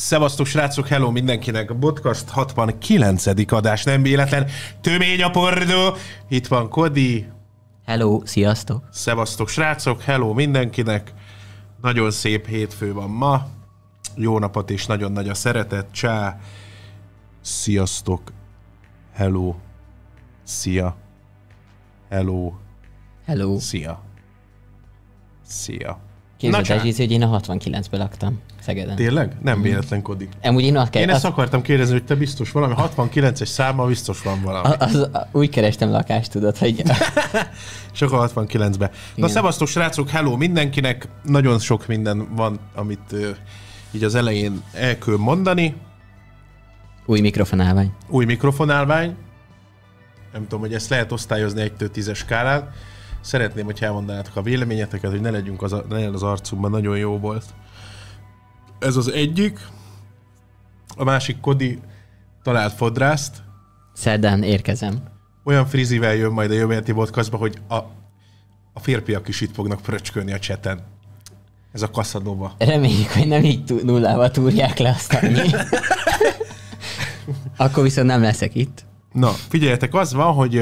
Szevasztok, srácok, hello mindenkinek! A podcast 69. adás, nem véletlen. Tömény a pordó! Itt van Kodi. Hello, sziasztok! Szevasztok, srácok, hello mindenkinek! Nagyon szép hétfő van ma. Jó napot és nagyon nagy a szeretet. Csá! Sziasztok! Hello! Szia! Hello! Hello! Szia! Szia! Képzeld, hogy én a 69-ben laktam Szegeden. Tényleg? Nem véletlen, Kodi. Én ezt akartam kérdezni, hogy te biztos valami 69-es számmal biztos van valami. Úgy kerestem lakást, tudod, hogy... Csak a 69-ben. Na, szevasztok, srácok, hello mindenkinek. Nagyon sok minden van, amit így az elején el kell mondani. Új mikrofonálvány. Nem tudom, hogy ezt lehet osztályozni 1-től 10-es skálán. Szeretném, hogy elmondanátok a véleményeteket, hogy ne legyen az arcunkban, nagyon jó volt. Ez az egyik. A másik, Kodi talált fodrászt. Szerdán érkezem. Olyan frizivel jön majd a jövő heti podcastba, hogy a férfiak is itt fognak fröcskölni a cseten. Ez a Casanova. Reméljük, hogy nem így nullával túrják le azt annyi. Akkor viszont nem leszek itt. Na, figyeljetek, az van, hogy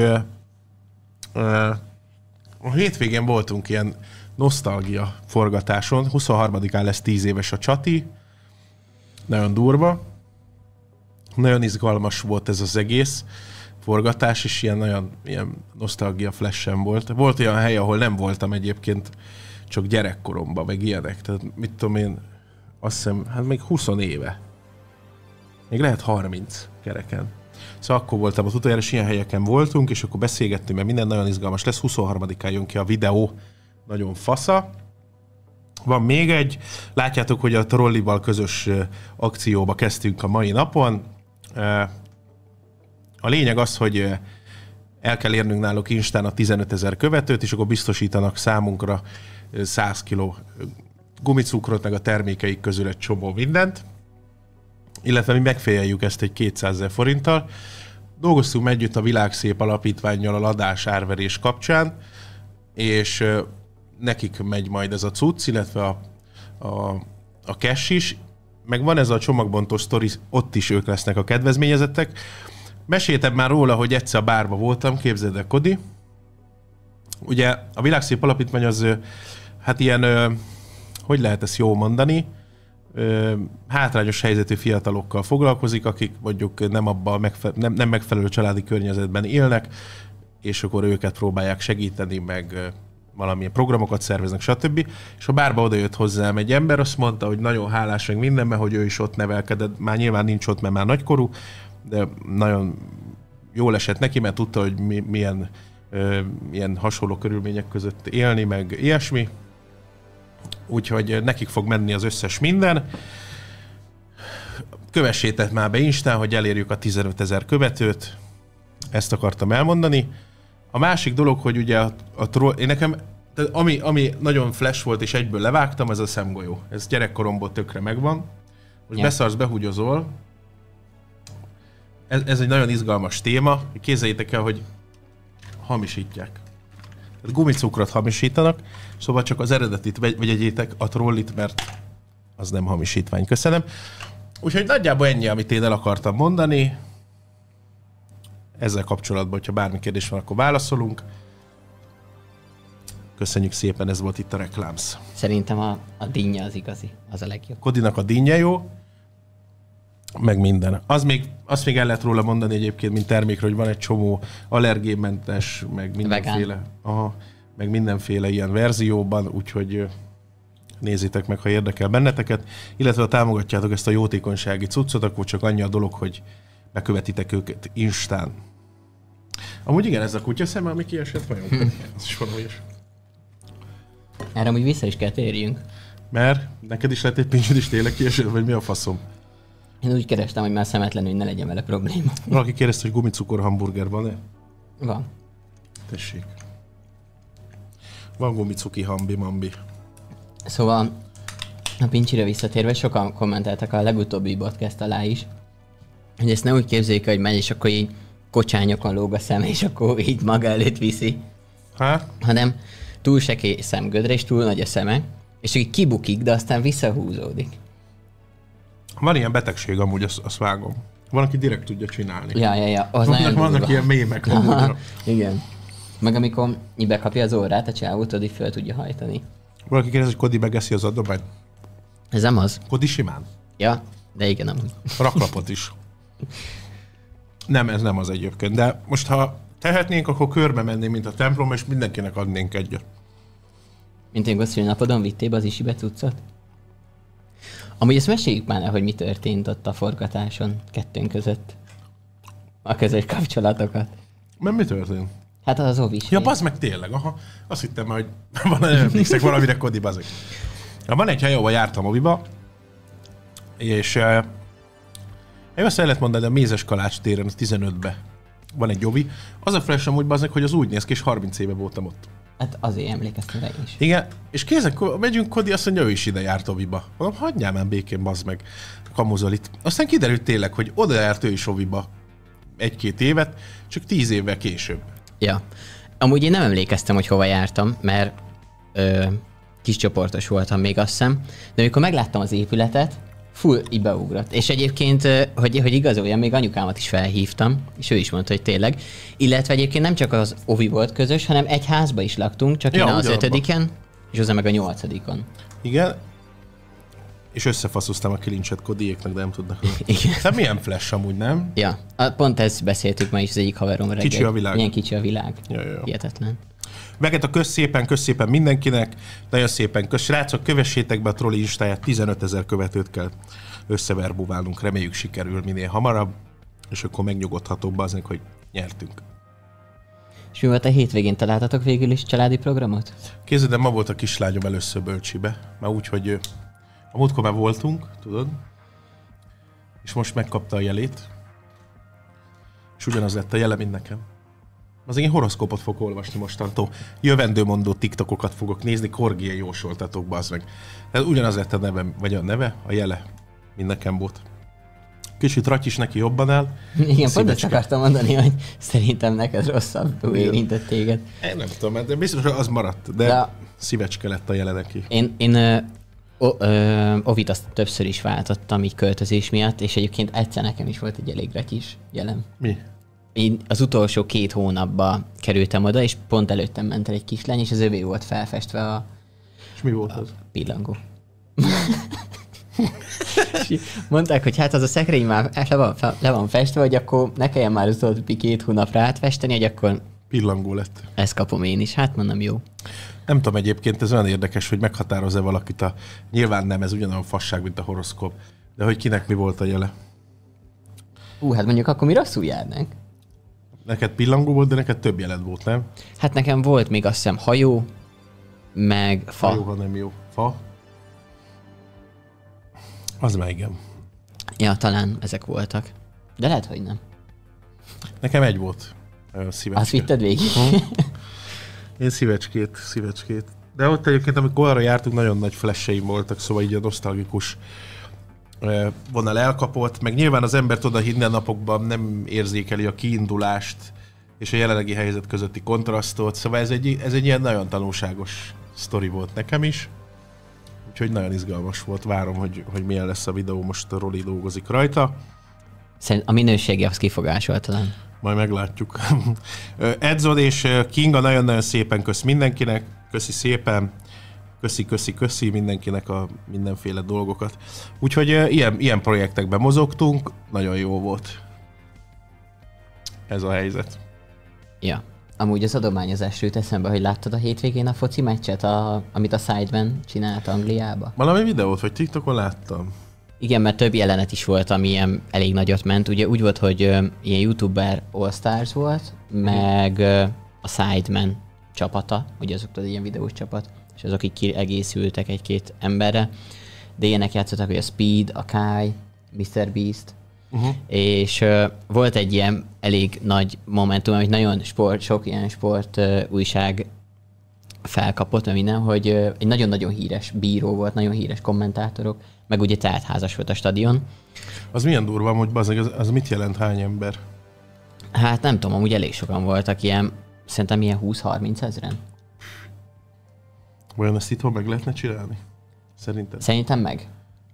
a hétvégén voltunk ilyen nosztalgia forgatáson. 23-án lesz 10 éves a csati. Nagyon durva. Nagyon izgalmas volt ez az egész forgatás, és ilyen nosztalgia flash-en volt. Volt olyan hely, ahol nem voltam egyébként, csak gyerekkoromban, meg ilyenek. Tehát mit tudom én, azt hiszem, hát még 20 éve. Még lehet 30 kereken. Szóval akkor voltam az utoljára, és ilyen helyeken voltunk, és akkor beszélgettünk, mert minden nagyon izgalmas lesz. 23-án jön ki a videó, nagyon fasza. Van még egy, látjátok, hogy a Trollival közös akcióba kezdtünk a mai napon. A lényeg az, hogy el kell érnünk náluk Instán a 15 000 követőt, és akkor biztosítanak számunkra 100 kg gumicukrot, meg a termékeik közül egy csomó mindent. Illetve mi megfejeljük ezt egy 200 000 forinttal. Dolgoztunk együtt a Világszép Alapítvánnyal a ladás árverés kapcsán, és nekik megy majd ez a cucc, illetve a cash is, meg van ez a csomagbontó sztori, ott is ők lesznek a kedvezményezettek. Meséltem már róla, hogy egyszer a bárba voltam, képzeld el, Kodi. Ugye a Világszép Alapítvány az, hát ilyen, hogy lehet ezt jól mondani, hátrányos helyzetű fiatalokkal foglalkozik, akik mondjuk nem megfelelő családi környezetben élnek, és akkor őket próbálják segíteni, meg valamilyen programokat szerveznek, stb. És a bárba odajött hozzám egy ember, azt mondta, hogy nagyon hálás meg mindenben, hogy ő is ott nevelkedett, már nyilván nincs ott, mert már nagykorú, de nagyon jól esett neki, mert tudta, hogy milyen hasonló körülmények között élni, meg ilyesmi. Úgyhogy nekik fog menni az összes minden. Kövessétek már be Instán, hogy elérjük a 15 000 követőt. Ezt akartam elmondani. A másik dolog, hogy ugye nekem, ami nagyon flash volt, és egyből levágtam, ez a szemgolyó. Ez gyerekkoromból tökre megvan. Most beszarsz, behúgyozol. Ez egy nagyon izgalmas téma. Képzeljétek el, hogy hamisítják. Gumicukrot hamisítanak, szóval csak az eredetit vegyétek, a trollit, mert az nem hamisítvány. Köszönöm. Úgyhogy nagyjából ennyi, amit én el akartam mondani. Ezzel kapcsolatban, hogyha bármi kérdés van, akkor válaszolunk. Köszönjük szépen, ez volt itt a reklámsz. Szerintem a dinnye az igazi, az a legjobb. Kodinak a dinnye jó, meg minden. Azt még el lehet róla mondani egyébként, mint termékről, hogy van egy csomó allergénmentes, meg mindenféle, meg mindenféle ilyen verzióban, úgyhogy nézzétek meg, ha érdekel benneteket. Illetve ha támogatjátok ezt a jótékonysági cuccot, akkor csak annyi a dolog, hogy bekövetitek őket Instán. Amúgy igen, ez a kutya szeme, ami kiesett vajon? Ez is valami is. Erre amúgy vissza is kell térjünk. Mert neked is lett egy pincsed is tényleg kiesett, vagy mi a faszom? Én úgy kerestem, hogy már szemetlenül, hogy ne legyen vele probléma. Valaki kérdezte, hogy gumicukor hamburger van-e? Van. Tessék. Van gumicuki hambi-mambi. Szóval a pincsire visszatérve, sokan kommenteltek a legutóbbi podcast alá is, hogy ezt ne úgy képzeljük, hogy megy, és akkor így kocsányokon lóg a szeme, és akkor így maga előtt viszi. Hanem túl sekély szemgödre, és túl nagy a szeme, és így kibukik, de aztán visszahúzódik. Van ilyen betegség amúgy, azt vágom. Van, aki direkt tudja csinálni. Ja. Az Vannak ilyen mémek. Igen. Meg amikor bekapja az órát, a csávót, így föl tudja hajtani. Valaki kérdez, hogy Kodi megeszi az adományt. Ez nem az. Kodi simán. Ja, de igen, nem. Raklapot is. Nem, ez nem az egyébként. De most, ha tehetnénk, akkor körbe mennénk, mint a templom, és mindenkinek adnénk egyet. Mint én napodon vittél be az isibe cuccot? Amúgy ezt meséljük már el, hogy mi történt ott a forgatáson kettőnk között. A közös kapcsolatokat. Mert mi történt? Hát az ovis. Ja, bazd meg tényleg, aha. Azt hittem, hogy emlékszek valamire, Kodi, bazd meg. Van egy hely, ahol jártam oviba, és azt el lehet mondani, a Mézes Kalács téren, az 15-be van egy ovi. Az a flash amúgy, bazd meg, hogy az úgy néz ki, és 30 éve voltam ott. Hát azért emlékeztem rá is. Igen, és kézzel megyünk, Kodi azt mondja, ő is ide járt oviba. Mondom, hagyjál már békén, bazd meg, kamuzol itt. Aztán kiderült tényleg, hogy oda járt ő is oviba 1-2 évet, csak 10 évvel később. Ja. Amúgy én nem emlékeztem, hogy hova jártam, mert kis csoportos voltam még, azt hiszem. De amikor megláttam az épületet, full így beugrott. És egyébként, hogy igazoljam, még anyukámat is felhívtam, és ő is mondta, hogy tényleg. Illetve egyébként nem csak az ovi volt közös, hanem egy házba is laktunk, csak én az 5-en, és az meg a 8-on. Igen. És összefaszoztam a kilincset Kodiéknak, de nem tudnak. Igen. Tehát milyen flash amúgy, nem? Ja, pont ezt beszéltük ma is az egyik haverom reggel. Kicsi a világ. Milyen kicsi a világ. Ja. Hihetetlen. Meget a kösz szépen mindenkinek, nagyon szépen kösz. Srácok, kövessétek be a Trolli Instáját, 15 000 követőt kell összeverbuválnunk, reméljük sikerül minél hamarabb, és akkor megnyugodhatóbb azért, hogy nyertünk. És mi volt a hétvégén? Találtatok végül is családi programot? Képzeld, de ma volt a kislányom először bölcsibe, már úgy, hogy a múltkor már voltunk, tudod, és most megkapta a jelét, és ugyanaz lett a jele, mint nekem. Az én horoszkópot fogok olvasni mostantól. Jövendőmondó TikTokokat fogok nézni, korgiai jósoltatok, bazd meg. Tehát ugyanaz lett a neve, vagy a neve, a jele, mint nekem volt. Kicsit Ratyis neki jobban áll. Igen, pont ezt akartam mondani, hogy szerintem neked rosszabb érintett téged. Én nem tudom, de biztos, hogy az maradt, de szívecske lett a jele neki. Én Ovit azt többször is váltottam így költözés miatt, és egyébként egyszer nekem is volt egy elég Ratyis jelem. Mi? Én az utolsó 2 hónapban kerültem oda, és pont előttem ment el egy kislány, és az övé volt felfestve a... És mi volt az? Pillangó. Mondták, hogy hát az a szekrény már le van festve, hogy akkor ne kelljen már az utóbbi 2 hónapra átfesteni, hogy akkor... Pillangó lett. Ezt kapom én is, hát mondom, jó. Nem tudom egyébként, ez olyan érdekes, hogy meghatároz-e valakit a... Nyilván nem, ez ugyanolyan fasság, mint a horoszkóp. De hogy kinek mi volt a jele? Hát mondjuk akkor mi rosszul járnánk. Neked pillangó volt, de neked több jeled volt, nem? Hát nekem volt még azt hiszem hajó, meg fa. Hajó, ha nem jó. Fa? Az már igen. Ja, talán ezek voltak. De lehet, hogy nem. Nekem egy volt. Szívecske. Azt vitted végig? Én szívecskét. De ott egyébként, amikor arra jártunk, nagyon nagy flasheim voltak, szóval így a nosztalgikus vonal elkapott, meg nyilván az embert oda minden napokban nem érzékeli a kiindulást és a jelenlegi helyzet közötti kontrasztot, szóval ez egy ilyen nagyon tanulságos sztori volt nekem is, úgyhogy nagyon izgalmas volt, várom, hogy milyen lesz a videó, most a Roli dolgozik rajta. Szerintem a minősége az kifogásoltalan. Majd meglátjuk. Edzod és Kinga nagyon-nagyon szépen kösz mindenkinek, köszi szépen, köszi mindenkinek a mindenféle dolgokat. Úgyhogy ilyen projektekben mozogtunk, nagyon jó volt ez a helyzet. Ja. Amúgy az adományozás jut eszembe, hogy láttad a hétvégén a foci meccset, amit a Sideman csinált Angliába? Valami videót, vagy TikTokon láttam? Igen, mert több jelenet is volt, ami ilyen elég nagyot ment. Ugye úgy volt, hogy ilyen YouTuber All-Stars volt, meg a Sideman csapata, ugye azok tudod, ilyen videós csapat, és azok így kiegészültek 1-2 emberre. De ilyenek játszottak, hogy a Speed, a Kai, Mr. Beast, és volt egy ilyen elég nagy momentum, amit nagyon sok ilyen sport újság felkapott, minden, hogy egy nagyon-nagyon híres bíró volt, nagyon híres kommentátorok, meg ugye teltházas volt a stadion. Az milyen durva, hogy az mit jelent, hány ember? Hát nem tudom, amúgy elég sokan voltak, szerintem ilyen 20-30 ezren. Vajon ezt itthon meg lehetne csinálni? Szerintem meg.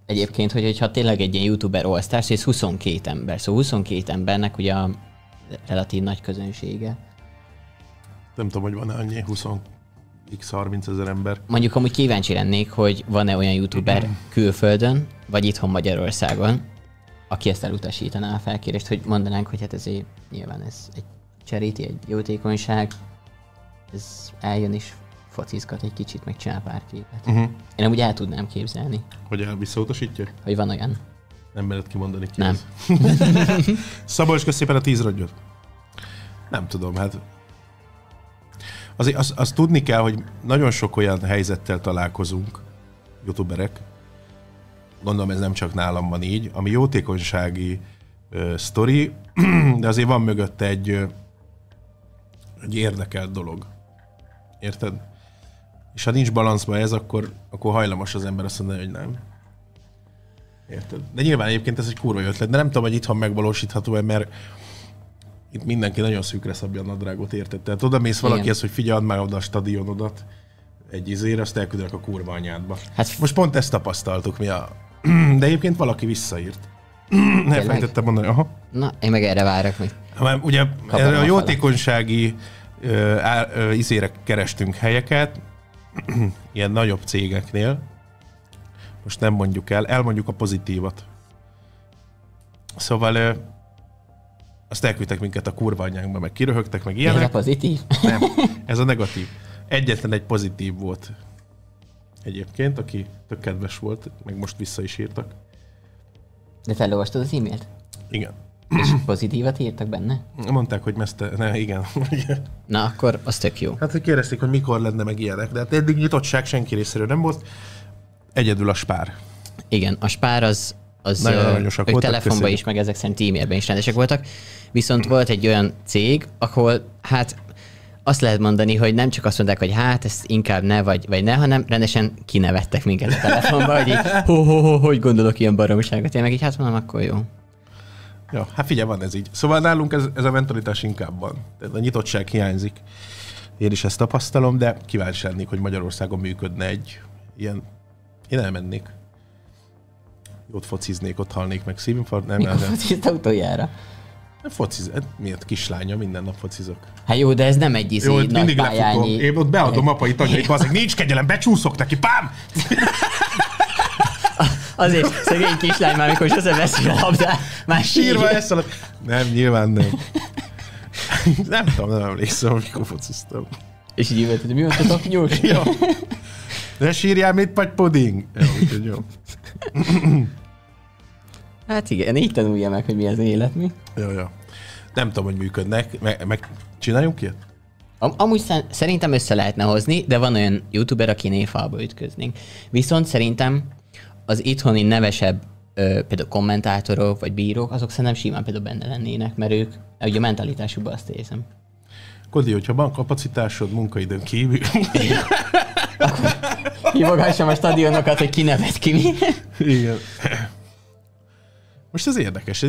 egyébként, hogyha tényleg egy ilyen YouTuber All-Stars, és 22 ember. Szóval 22 embernek ugye a relatív nagy közönsége. Nem tudom, hogy van-e annyi 20x-30 ezer ember. Mondjuk amúgy kíváncsi lennék, hogy van-e olyan YouTuber külföldön, vagy itthon Magyarországon, aki ezt elutasítaná a felkérést, hogy mondanánk, hogy hát ezért nyilván ez egy charity, egy jótékonyság, ez eljön is focizgat egy kicsit, meg csinál pár képet. Én amúgy el tudnám képzelni. Hogy visszautasítja? Hogy van olyan. Nem mered kimondani ki. Nem. Szabolcs, kösz szépen a 10 rongyot. Nem tudom, hát azért azt tudni kell, hogy nagyon sok olyan helyzettel találkozunk, youtuberek, gondolom ez nem csak nálam van így, ami jótékonysági sztori, de azért van mögötte egy érdekelt dolog. Érted? És ha nincs balanszban ez, akkor hajlamos az ember azt mondani, hogy nem. Érted? De nyilván egyébként ez egy kurva jó ötlet, de nem tudom, hogy itthon megvalósítható-e, mert itt mindenki nagyon szűkre szabja a nadrágot, érted? Tehát oda mész valakihez, hogy figyelj, add már oda a stadionodat egy izére, azt elküldenek a kurva anyádba. Hát most pont ezt tapasztaltuk mi a... De egyébként valaki visszaírt. Elfelejtettem mondani, aha. Na, én meg erre várok még. Ugye a jótékonysági izére kerestünk helyeket, ilyen nagyobb cégeknél. Most nem mondjuk el, elmondjuk a pozitívat. Szóval azt elküldtek minket a kurva anyánkba, meg kiröhögtek, meg ilyenek. Ez a pozitív? Nem, ez a negatív. Egyetlen egy pozitív volt egyébként, aki tök kedves volt, meg most vissza is írtak. De felolvastad az e-mailt? Igen. És pozitívat írtak benne? Mondták, hogy igen. Na, akkor az tök jó. Hát, hogy kérdezték, hogy mikor lenne meg ilyenek, de hát eddig nyitottság senki részéről nem volt. Egyedül a Spár. Igen, a Spár az ők telefonban is, meg ezek szerint e-mailben is rendesek voltak. Viszont volt egy olyan cég, ahol hát azt lehet mondani, hogy nem csak azt mondták, hogy hát ezt inkább ne, vagy ne, hanem rendesen kinevettek minket a telefonba, hogy így, hogy gondolok ilyen baromságot. Én meg így hát mondom, akkor jó. Ja, hát figyelj, van ez így. Szóval nálunk ez a mentalitás inkább van. Tehát a nyitottság hiányzik. Én is ezt tapasztalom, de kíváncsi lennék, hogy Magyarországon működne egy ilyen... Én elmennék. Ott fociznék, ott halnék meg szívinfarkt. Mikor focizta utoljára? Miért kislánya, minden nap focizok. Hát jó, de ez nem egy jó, nagy pályányi... Én ott beadom apai tagjait, bazeg, nincs kegyelem, becsúszok neki, pám! Azért szegény kislány már, mikor sose veszi a labdát, már sírva ezt alatt. Nem, nyilván nem. Nem tudom, nem emlékszem, amikor fociztam. És így jöttem, hogy mi volt a tapnyós? Jó. De sírjál, mit vagy puding? Jó. Hát igen, így tanulja meg, hogy mi az élet, mi? Jó. Nem tudom, hogy működnek. Meg csináljunk ilyet? Amúgy szerintem össze lehetne hozni, de van olyan youtuber, aki névfalba ütköznénk. Viszont szerintem az itthoni nevesebb például kommentátorok vagy bírók, azok szerintem simán például benne lennének, mert ők ugye a mentalitásukban azt érzem. Kodi, hogyha van kapacitásod munkaidőn kívül... Akkor hívogassam a stadionokat, hogy ki nevet ki mi. Igen. Most ez érdekes,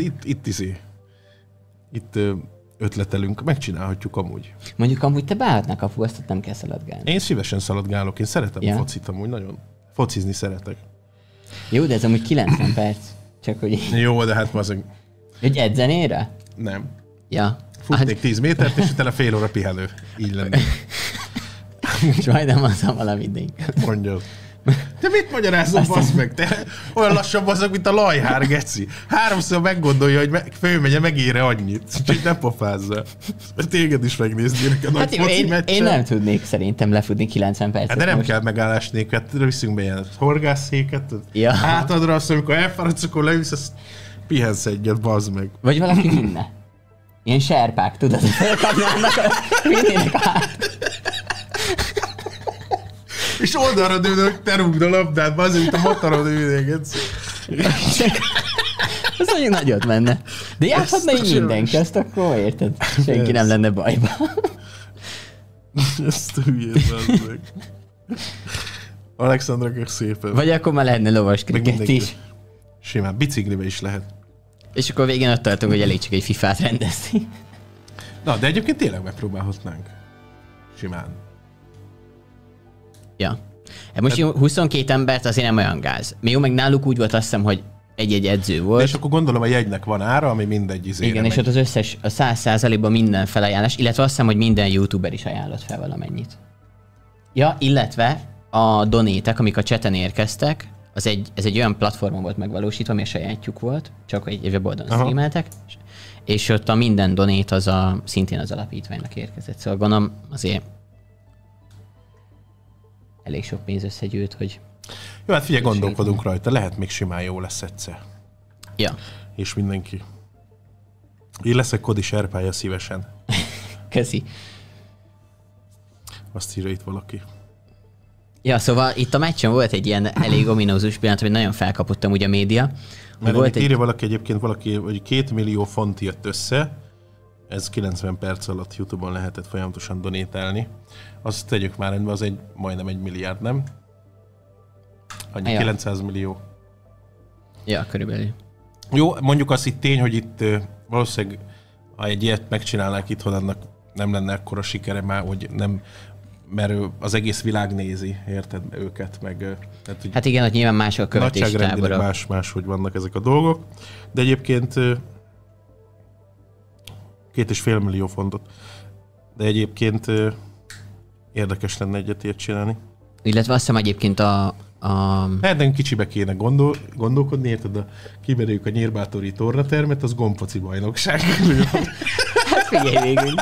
itt ötletelünk, megcsinálhatjuk amúgy. Mondjuk amúgy te beállhatnál azt nem kell szaladgálni. Én szívesen szaladgálok, én szeretem a focit amúgy, nagyon focizni szeretek. Jó, de ez amúgy 90 perc. Csak hogy... Jó, de hát azon... Egy edzenére? Nem. Ja. Futnék 10 métert, és utána fél óra pihenő. Így lenne. És majdnem mondtam valamit. Mondjad. Te mit magyarázol, bassz meg? Te olyan lassan basszak, mint a lajhár, geci. 3-szor meggondolja, hogy főmegye megére annyit. Csak ne pofázza. Téged is megnéznének a nagy foci meccsen. Én nem tudnék szerintem lefutni 90 percet. Hát de nem most. Kell megállásnék, hát viszünk be ilyen horgászszéket. Ja. Hátadra azt, amikor elfáradsz, akkor leülsz, azt pihensz egyet, bazd meg. Vagy valaki vinne. Ilyen serpák, tudod, hogy felkapnának, vinnének át. És oldalra dőlök, te rúgd a labdát, bazd, mint a motoron ülnék. Ez nagyon nagyot menne. De játszhatna így mindenki, azt akkor érted? Senki nem lenne bajba. Ezt a hülyét, bazd meg. Alexandra, kök szépen. Vagy akkor már lehetne lovas kriket is. Simán, biciklibe is lehet. És akkor végén ott tartunk, hogy elég csak egy fifát rendezni. Na, de egyébként tényleg megpróbálhatnánk. Simán. Ja. Most 22 embert azért nem olyan gáz. Még jó, meg náluk úgy volt, azt hiszem, hogy egy-egy edző volt. De és akkor gondolom a jegynek van ára, ami mindegy izére igen, megy. és ott az összes, a 100%-ban minden felajánlás, illetve azt hiszem, hogy minden youtuber is ajánlott fel valamennyit. Ja, illetve a donétek, amik a chaten érkeztek, ez egy olyan platformon volt megvalósítva, ami a sajátjuk volt, csak egy weboldalon streameltek, és ott a minden donét az szintén az alapítványnak érkezett. Szóval gondolom azért elég sok pénz összegyűlt, hogy... Jó, hát figyelj, gondolkodunk rajta, lehet még simán jó lesz egyszer. Ja. És mindenki. Én leszek Kodi serpája szívesen. Köszi. Azt írja itt valaki. Ja, szóval itt a meccsen volt egy ilyen elég ominózus pillanat, hogy nagyon felkapottam ugye a média. Mert volt írja valaki egyébként, hogy 2 millió font jött össze, ez 90 perc alatt YouTube-on lehetett folyamatosan donétálni. Azt tegyük már rendben, az majdnem 1 milliárd, nem? Annyi, ja. 900 millió. Ja, körülbelül. Jó, mondjuk azt itt tény, hogy itt valószínűleg, ha egy ilyet megcsinálnák itthon, annak nem lenne akkora sikere már, hogy nem, mert az egész világ érted őket, meg... Tehát, hát igen, hogy nyilván más a követés tábora. Más, hogy vannak ezek a dolgok, de egyébként 2,5 millió fontot. De egyébként érdekes lenne egyet ilyet csinálni. Illetve azt hiszem egyébként Hát nem kicsibe kéne gondolkodni, érted? Kiverjük a Nyírbátori tornatermet, az gombfoci bajnokság. Hát figyelj végül.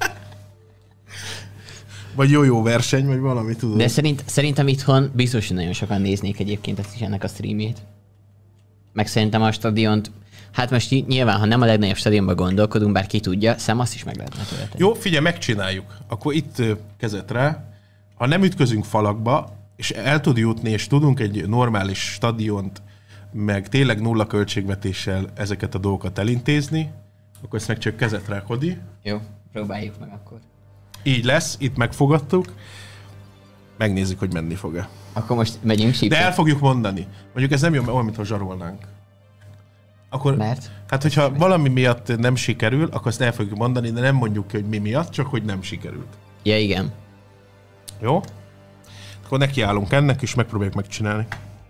Vagy jó verseny, vagy valami, tudod. De szerintem itthon biztos, hogy nagyon sokan néznék egyébként ezt is, ennek a streamjét. Meg szerintem a stadiont, hát most nyilván, ha nem a legnagyobb stadionban gondolkodunk, bár ki tudja, szem azt is meg lehetne tölteni. Jó, figyelj, megcsináljuk. Akkor itt kezet rá. Ha nem ütközünk falakba, és el tud jutni, és tudunk egy normális stadiont, meg tényleg nulla költségvetéssel ezeket a dolgokat elintézni, akkor ezt meg csak kezet rá, Kodi. Jó, próbáljuk meg akkor. Így lesz, itt megfogadtuk. Megnézzük, hogy menni fog-e. Akkor most megyünk sípsét. De el fogjuk mondani. Mondjuk ez nem jó, olyan, mintha zsarolnánk. Akkor, mert? Hát, hogyha valami miatt nem sikerül, akkor ezt el fogjuk mondani, de nem mondjuk ki, hogy mi miatt, csak hogy nem sikerült. Ja, igen. Jó? Akkor nekiállunk ennek, és megpróbáljuk megcsinálni.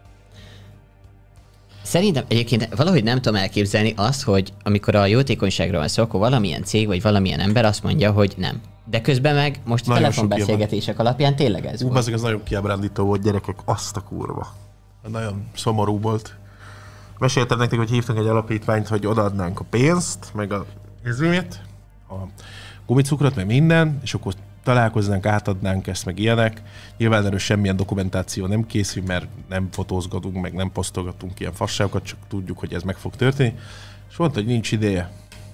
Szerintem egyébként valahogy nem tudom elképzelni azt, hogy amikor a jótékonyságra van szó, akkor valamilyen cég vagy valamilyen ember azt mondja, hogy nem. De közben meg most nagyon telefonbeszélgetések alapján tényleg ez volt. Ez nagyon kiábrándító volt, gyerekek, azt a kurva. Nagyon szomorú volt. Meséltem nektek, hogy hívtunk egy alapítványt, hogy odaadnánk a pénzt, meg a izmét, a gumicukrot, meg minden, és akkor találkoznánk, átadnánk ezt, meg ilyenek. Nyilván erről semmilyen dokumentáció nem készül, mert nem fotózgatunk, meg nem posztolgatunk ilyen fasságokat, csak tudjuk, hogy ez meg fog történni. És mondta, hogy nincs ideje.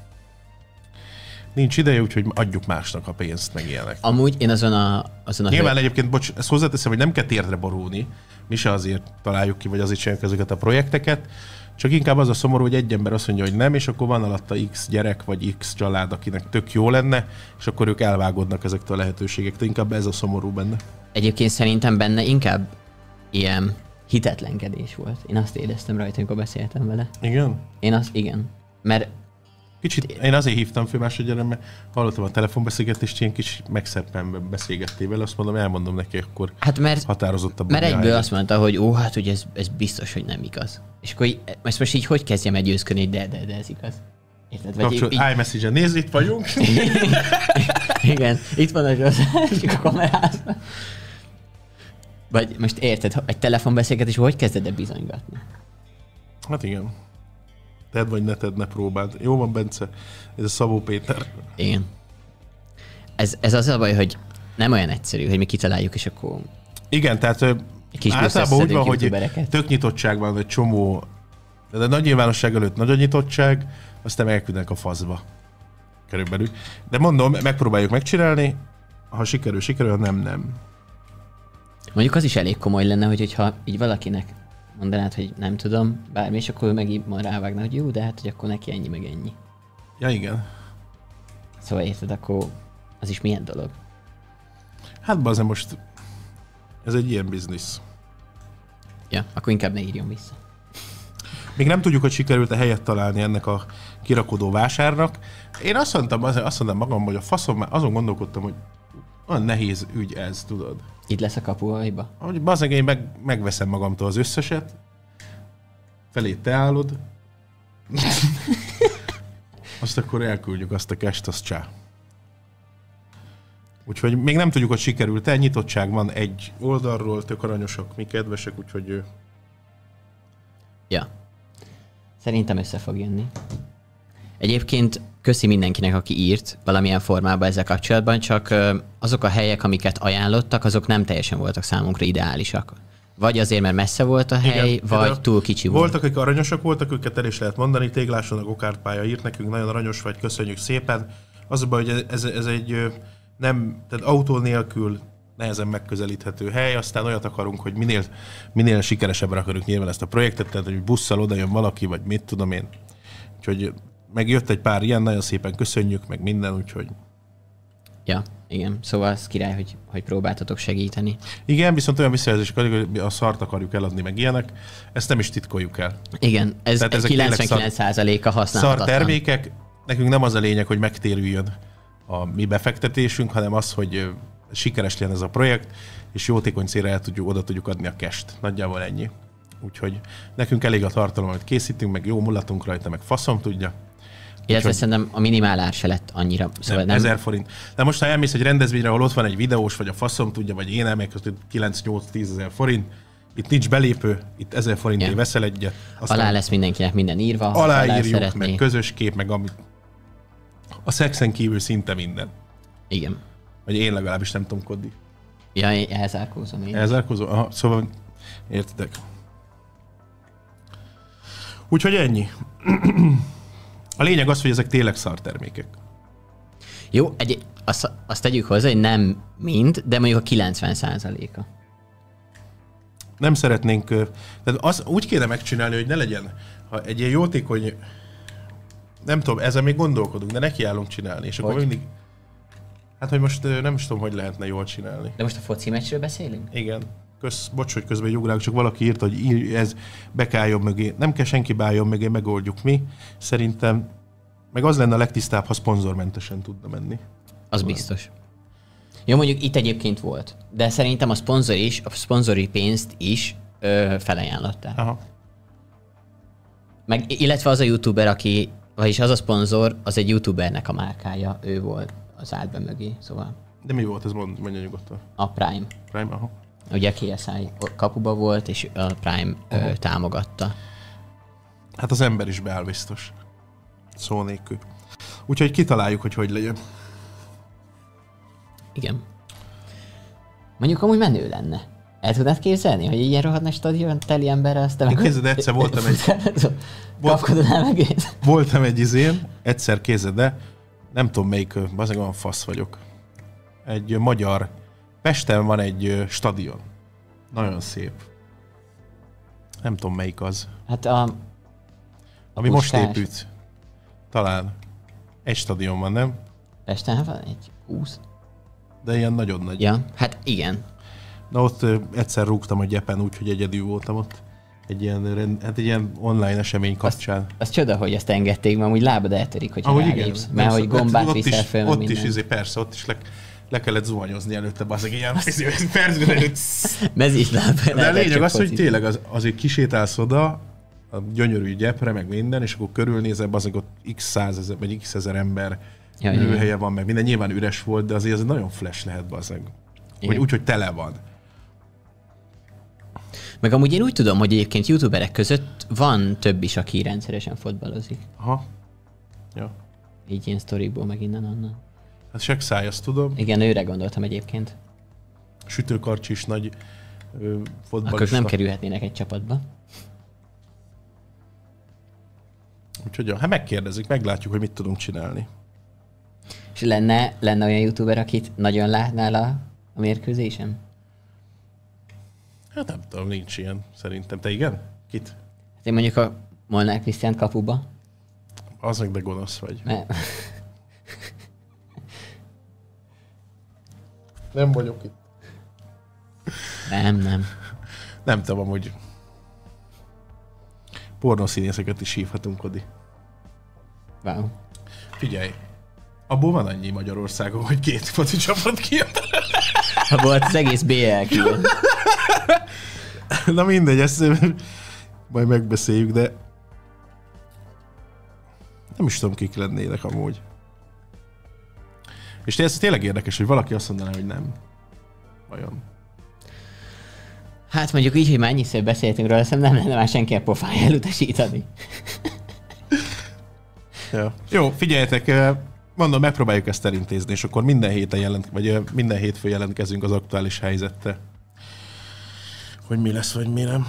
Nincs ideje, úgyhogy adjuk másnak a pénzt, meg ilyenek. Amúgy én azon a Nyilván egyébként, bocs, ezt hozzáteszem, hogy nem kell térdre borulni. Mi se azért találjuk ki, vagy azért csináljuk ezeket a projekteket. Csak inkább az a szomorú, hogy egy ember azt mondja, hogy nem, és akkor van alatta X gyerek, vagy X család, akinek tök jó lenne, és akkor ők elvágódnak ezektől a lehetőségektől. Inkább ez a szomorú benne. Egyébként szerintem benne inkább ilyen hitetlenkedés volt. Én azt éreztem rajta, amikor beszéltem vele. Igen? Igen. Mert kicsit, én azért hívtam föl másodjára, mert hallottam a telefonbeszélgetést, ilyen kis megszeppenben beszélgettél vele, azt mondom, elmondom neki, akkor hát mert határozottabban. Mert egyből azt mondta, hogy hát hogy ez biztos, hogy nem igaz. És akkor ezt most így hogy kezdjem meggyőzködni, hogy de ez igaz. Érted? Vagy iMessage-en nézd, itt vagyunk. Igen, itt van a Zsozsák a kamerában. Vagy most érted, egy telefonbeszélgetés, hogy kezded el bizonygatni? Hát igen. Tedd vagy ne tedd, ne próbáld. Jó van, Bence. Ez a Szabó Péter. Igen. Ez az a baj, hogy nem olyan egyszerű, hogy mi kitaláljuk, és akkor... Igen, tehát általában úgy van, hogy tök nyitottság van, egy csomó... De nagy nyilvánosság előtt nagy a nyitottság, aztán elküldenek a faszba. Körülbelül. De mondom, megpróbáljuk megcsinálni, ha sikerül, ha nem. Mondjuk az is elég komoly lenne, hogyha így valakinek mondanád, hogy nem tudom, bármi, és akkor ő meg így rávágna, hogy jó, de hát, hogy akkor neki ennyi meg ennyi. Ja, igen. Szóval érted, akkor az is milyen dolog? Hát bazen most ez egy ilyen biznisz. Ja, akkor inkább ne írjon vissza. Még nem tudjuk, hogy sikerült-e helyet találni ennek a kirakodó vásárnak. Én azt mondtam magam, hogy a faszom, már azon gondolkodtam, hogy Olyan nehéz ügy ez, tudod. Itt lesz a kapuajba. Hogy bazdmeg én megveszem magamtól az összeset, felé te állod, azt akkor elküldjük azt a cash-t, azt csá. Úgyhogy még nem tudjuk, hogy sikerült-e, nyitottság van egy oldalról, tök aranyosak, mi kedvesek, úgyhogy... Ja. Szerintem össze fog jönni. Egyébként köszi mindenkinek, aki írt valamilyen formában ezzel kapcsolatban, csak azok a helyek, amiket ajánlottak, azok nem teljesen voltak számunkra ideálisak. Vagy azért, mert messze volt a hely, igen, vagy túl kicsi volt. Voltak, akik aranyosak voltak, őket el is lehet mondani. Tégláson a gokártpálya írt nekünk, nagyon aranyos vagy, köszönjük szépen. Az a baj, hogy ez egy nem, tehát autó nélkül nehezen megközelíthető hely, aztán olyat akarunk, hogy minél sikeresebbre akarjuk nyilván ezt a projektet, tehát hogy busszal oda jön valaki, vagy mit tudom én. Úgyhogy megjött egy pár ilyen, nagyon szépen köszönjük, meg minden, úgyhogy... Ja, igen. Szóval az király, hogy próbáltatok segíteni. Igen, viszont olyan visszajelzések, hogy a szart akarjuk eladni, meg ilyenek. Ezt nem is titkoljuk el. Igen, ez 99%-a használhatatlan. Szar termékek, nekünk nem az a lényeg, hogy megtérüljön a mi befektetésünk, hanem az, hogy sikeres legyen ez a projekt, és jótékony célra oda tudjuk adni a cash-t. Nagyjából ennyi. Úgyhogy nekünk elég a tartalom, amit készítünk, meg jó mulatunk rajta, meg faszom tudja. Illetve szerintem a minimálár se lett annyira. Szóval nem 1000 forint. De most, ha elmész egy rendezvényre, ahol ott van egy videós, vagy a faszom tudja, vagy én elmegyek, hogy 9-8-10 ezer forint, itt nincs belépő, itt 1000 forintért veszel egyet. Alá lesz mindenkinek minden írva. Aláírjuk, meg közös kép, meg amit. A szexen kívül szinte minden. Igen. Vagy én legalábbis nem tudom, Koddi. Ja, én elzárkózom én. Elzárkózom? Aha, szóval értitek. Úgyhogy ennyi. A lényeg az, hogy ezek tényleg szar termékek. Jó, azt tegyük hozzá, hogy nem mind, de mondjuk a 90%-a. Nem szeretnénk, tehát az úgy kéne megcsinálni, hogy ne legyen, ha egy ilyen jótékony, nem tudom, ezen még gondolkodunk, de nekiállunk csinálni, és akkor mindig, hát hogy most nem is tudom, hogy lehetne jól csinálni. De most a foci meccsről beszélünk? Igen. Bocs, hogy közben egy ugrálok, csak valaki írta, hogy ez be kell álljon mögé. Nem kell senki beálljon mögé, megoldjuk mi. Szerintem meg az lenne a legtisztább, ha szponzormentesen tudna menni. Az biztos. Jó, mondjuk itt egyébként volt, de szerintem a szponzor is, a szponzori pénzt is felajánlottál. Aha. Meg, illetve az a youtuber, vagyis az a szponzor, az egy youtubernek a márkája, ő volt az állt be mögé, szóval. De mi volt ez, mondja nyugodtan? A Prime. Prime, aha. Ugye a KSI kapuba volt, és a Prime támogatta. Hát az ember is beáll biztos. Szó nélkül. Úgyhogy kitaláljuk, hogy legyen. Igen. Mondjuk amúgy menő lenne. El tudnád képzelni, hogy ilyen rohadt nagy stadion teli emberre aztán meg... Kézed, egyszer voltam egy... Voltam egy izén, egyszer kézed, de nem tudom melyik, azért olyan fasz vagyok. Egy magyar... Pesten van egy stadion. Nagyon szép. Nem tudom melyik az. Hát ami most épült. Talán. Egy stadion van, nem? Pesten van egy 20. De ilyen nagyon nagy. Ja, hát igen. Na ott egyszer rúgtam a gyepen úgy, hogy egyedül voltam ott. Egy ilyen online esemény kapcsán. Az csoda, hogy ezt engedték, mert amúgy lábad eltörik, hogyha rálépsz. Mert hogy gombát viszel fel, ott is, persze, ott is le kellett zuhanyozni előtte, az ilyen percben előtt. Mezítláb. De a lényeg az, hogy tényleg azért kisétálsz oda, a gyönyörű gyepre, meg minden, és akkor körülnézel, azért ott x 100 000 vagy x 1000 ember ülőhelye van, meg minden. Nyilván üres volt, de azért ez nagyon flash lehet, bazeg. Vagy úgy, hogy tele van. Meg amúgy én úgy tudom, hogy egyébként youtuberek között van több is, aki rendszeresen fotbalozik. Aha. Ja. Így ilyen sztorikból, meg innen-onnan. Hát Sekszáj, azt tudom. Igen, őre gondoltam egyébként. Sütőkarcs is nagy fotbalista. Akkor nem kerülhetnének egy csapatba. Úgyhogy hát megkérdezzük, meglátjuk, hogy mit tudunk csinálni. És lenne olyan youtuber, akit nagyon látnál a mérkőzésen? Hát nem tudom, nincs ilyen szerintem. Te igen? Kit? Hát én mondjuk a Molnár Krisztiánt kapuba. Az meg de gonosz vagy. Nem vagyok itt. Nem. Nem tudom, amúgy pornószínészeket is hívhatunk, Odi. Wow. Figyelj, abból van annyi Magyarországon, hogy 2 foci csapat kijön. volt az egész BL kijön. Na mindegy, ezt majd megbeszéljük, de nem is tudom, kik lennének amúgy. És ez tényleg érdekes, hogy valaki azt mondaná, hogy nem. Vajon? Hát mondjuk így, hogy már annyiszor beszéltünk róla, nem lenne már senki a pofája elutasítani. Ja. Jó, figyeljetek, mondom, megpróbáljuk ezt elintézni, és akkor minden héten minden hétfő jelentkezünk az aktuális helyzettel. Hogy mi lesz, vagy mi nem.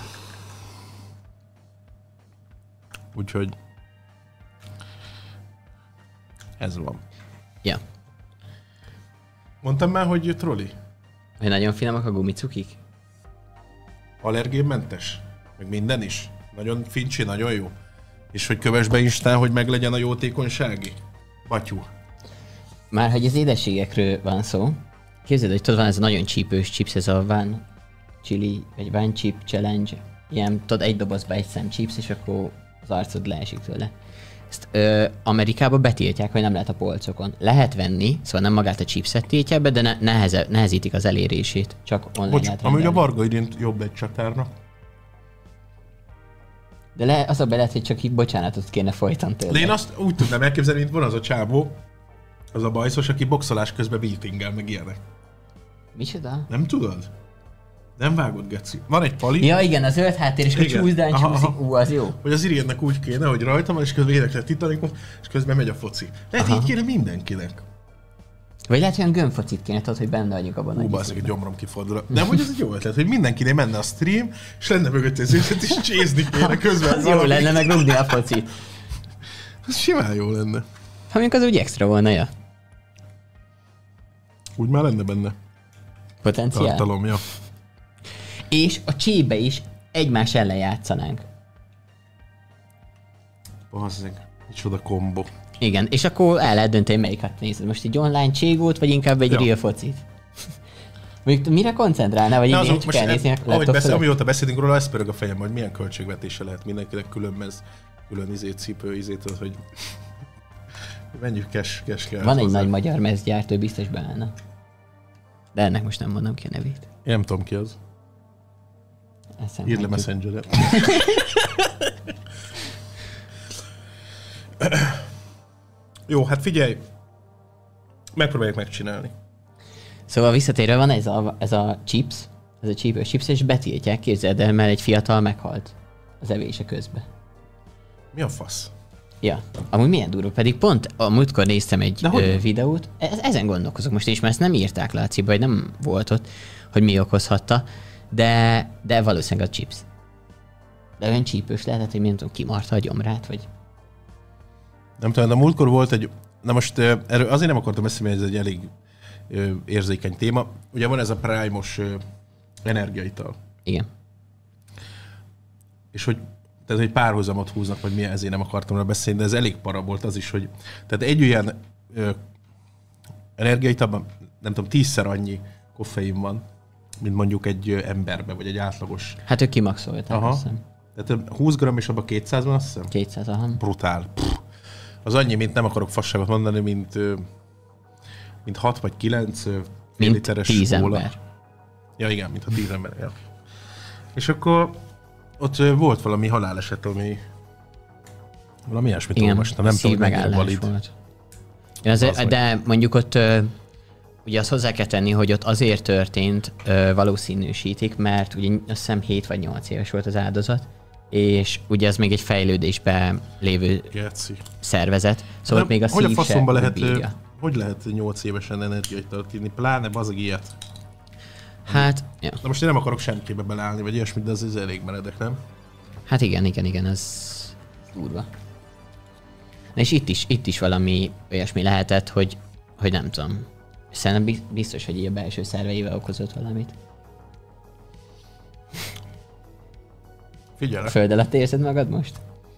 Úgyhogy ez van. Ja. Mondtam már, hogy troli? Hogy nagyon finomak a gumicukik? Allergénmentes? Meg minden is? Nagyon fincsi, nagyon jó? És hogy kövess be Instán, hogy meglegyen a jótékonysági? Batyú. Már hogy az édességekről van szó, képzeld, hogy tudod, van ez a nagyon csípős chips, ez a Van Chili, vagy Van Chip Challenge. Ilyen, tudod, egy dobozba egy szem chips, és akkor az arcod leesik tőle. Ezt Amerikában betiltják, hogy nem lehet a polcokon. Lehet venni, szóval nem magát a chipset tiltják be, de nehezítik az elérését. Csak online lehet rendelni. Amúgy a Varga idént jobb egy csatárnak. De az a be lehet, hogy csak így bocsánatot kéne folyton tőle. De én azt úgy tudnám elképzelni, mint van az a csávó, az a bajszos, aki boxolás közben beatingel, meg ilyenek. Micsoda? Nem tudod? Nem vágod, geci. Van egy pali. Ja igen, a zöld háttér, és a csúszdán csúszik. Az jó. Hogy az Iriennek úgy kéne, hogy rajta van, és közben énekel Titanicot, és közben megy a foci. Lehet, így kéne mindenkinek. Vagy lehet, hogy olyan gömbfocit kéne, tudod, hogy benne vagyunk abban a egy gyomrom kifordul. De hogy ez egy jó ötlet, hogy mindenkinek menne a stream, és lenne mögött az őket, és csézni kéne közben. Az jó lenne, meg rúgni a focit. Ez simán jó lenne. Ha mondjuk az úgy extra volna, ja. Úgy már lenne benne. Potenciál. Tartalom, ja. És a csébe is egymás ellen játszanánk. Bazzeg, micsoda kombó. Igen, és akkor el lehet dönteni, melyiket nézed. Most egy online cségót, vagy inkább egy real focit? Mondjuk mire koncentrálnál, vagy én csak elnézni a laptop amióta beszélünk róla, ez pörög a fejem, hogy milyen költségvetése lehet mindenkinek külön cipő, hogy menjünk cash kell. Van egy nagy magyar mezgyártó, biztos beállna. De ennek most nem mondom ki a nevét. Én nem tudom ki az. Írd le Messengerre. Jó, hát figyelj, megpróbáljuk megcsinálni. Szóval visszatérve van ez a chips, ez a csípős chips, és betiltják, képzeld el, mert egy fiatal meghalt az evése közben. Mi a fasz? Ja, amúgy milyen durva, pedig pont a múltkor néztem egy videót, ezen gondolkozok most is, mert ezt nem írták le a cikkbe, vagy nem volt ott, hogy mi okozhatta, de valószínűleg a chips. De olyan csípős lehetett, hogy nem tudom, kimarta a gyomrát, vagy... Nem tudom, de múltkor volt egy... Na most erről azért nem akartam beszélni, hogy ez egy elég érzékeny téma. Ugye van ez a Prime-os energiaital. Igen. És hogy tehát, hogy párhuzamot húznak, vagy milyen, ezért nem akartam róla beszélni, de ez elég para volt az is, hogy tehát egy olyan energiaitalban, nem tudom, 10-szer annyi koffein van, mint mondjuk egy emberben, vagy egy átlagos. Hát ők kimaxolták, azt hiszem. Tehát 20 g és abban 200 van, azt hiszem? 200, aha. Brutál. Az annyi, mint nem akarok fasságot mondani, mint 6 vagy 9 fél literes 10 kóla. ember. Ja igen, mint a 10 ember. Ja. És akkor ott volt valami haláleset, ami valami ilyesmit olvastam. Nem tudom, mennyire valid. Volt. De mondjuk ott ugye azt hozzá kell tenni, hogy ott azért történt, valószínűsítik, mert ugye azt hiszem 7 vagy 8 éves volt az áldozat, és ugye az még egy fejlődésben lévő szervezet, szóval ott még a szív se bírja. Hogy lehet 8 évesen energiaitalt írni, pláne bazeg ilyet? Hát, ja. Na most én nem akarok semmikébe beleállni, vagy ilyesmit, de ez elég meredek, nem? Hát igen, ez durva. Na és itt is valami olyasmi lehetett, hogy nem tudom. Szerintem biztos, hogy így a belső szerveivel okozott valamit. Figyelek. Föld alatt érzed magad most?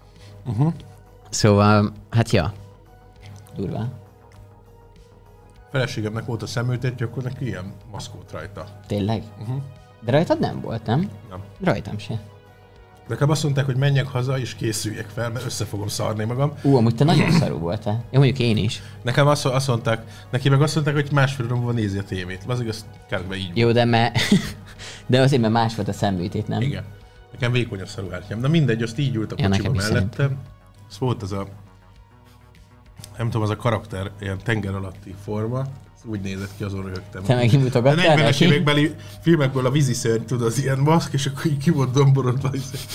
Szóval, hát ja. Durva. Feleségemnek volt a szemültétje, akkor neki ilyen maszk volt rajta. Tényleg? De rajtad nem volt, nem? Nem. Rajtam se. Nekem azt mondták, hogy menjek haza és készüljek fel, mert össze fogom szarni magam. Amúgy te nagyon szarú voltál. Jó, mondjuk én is. Nekem azt mondták, neki meg azt mondták, hogy másfél óra múlva nézi a tévét. Az igaz, kb. Így jó, de azért, mert más volt a szemműtét, nem? Igen. Nekem vékony a szarúhártyám. Na mindegy, azt így ült a kocsiba mellettem. Az volt az a, nem tudom, az a karakter, ilyen tenger alatti forma. Úgy nézett ki, azon röhögtem. Te megint mutogattál neki? 40-es évekbeli filmekből a víziszörny, tudod, az ilyen maszk, és akkor így ki volt domborodva.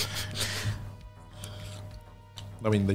Na mindegy.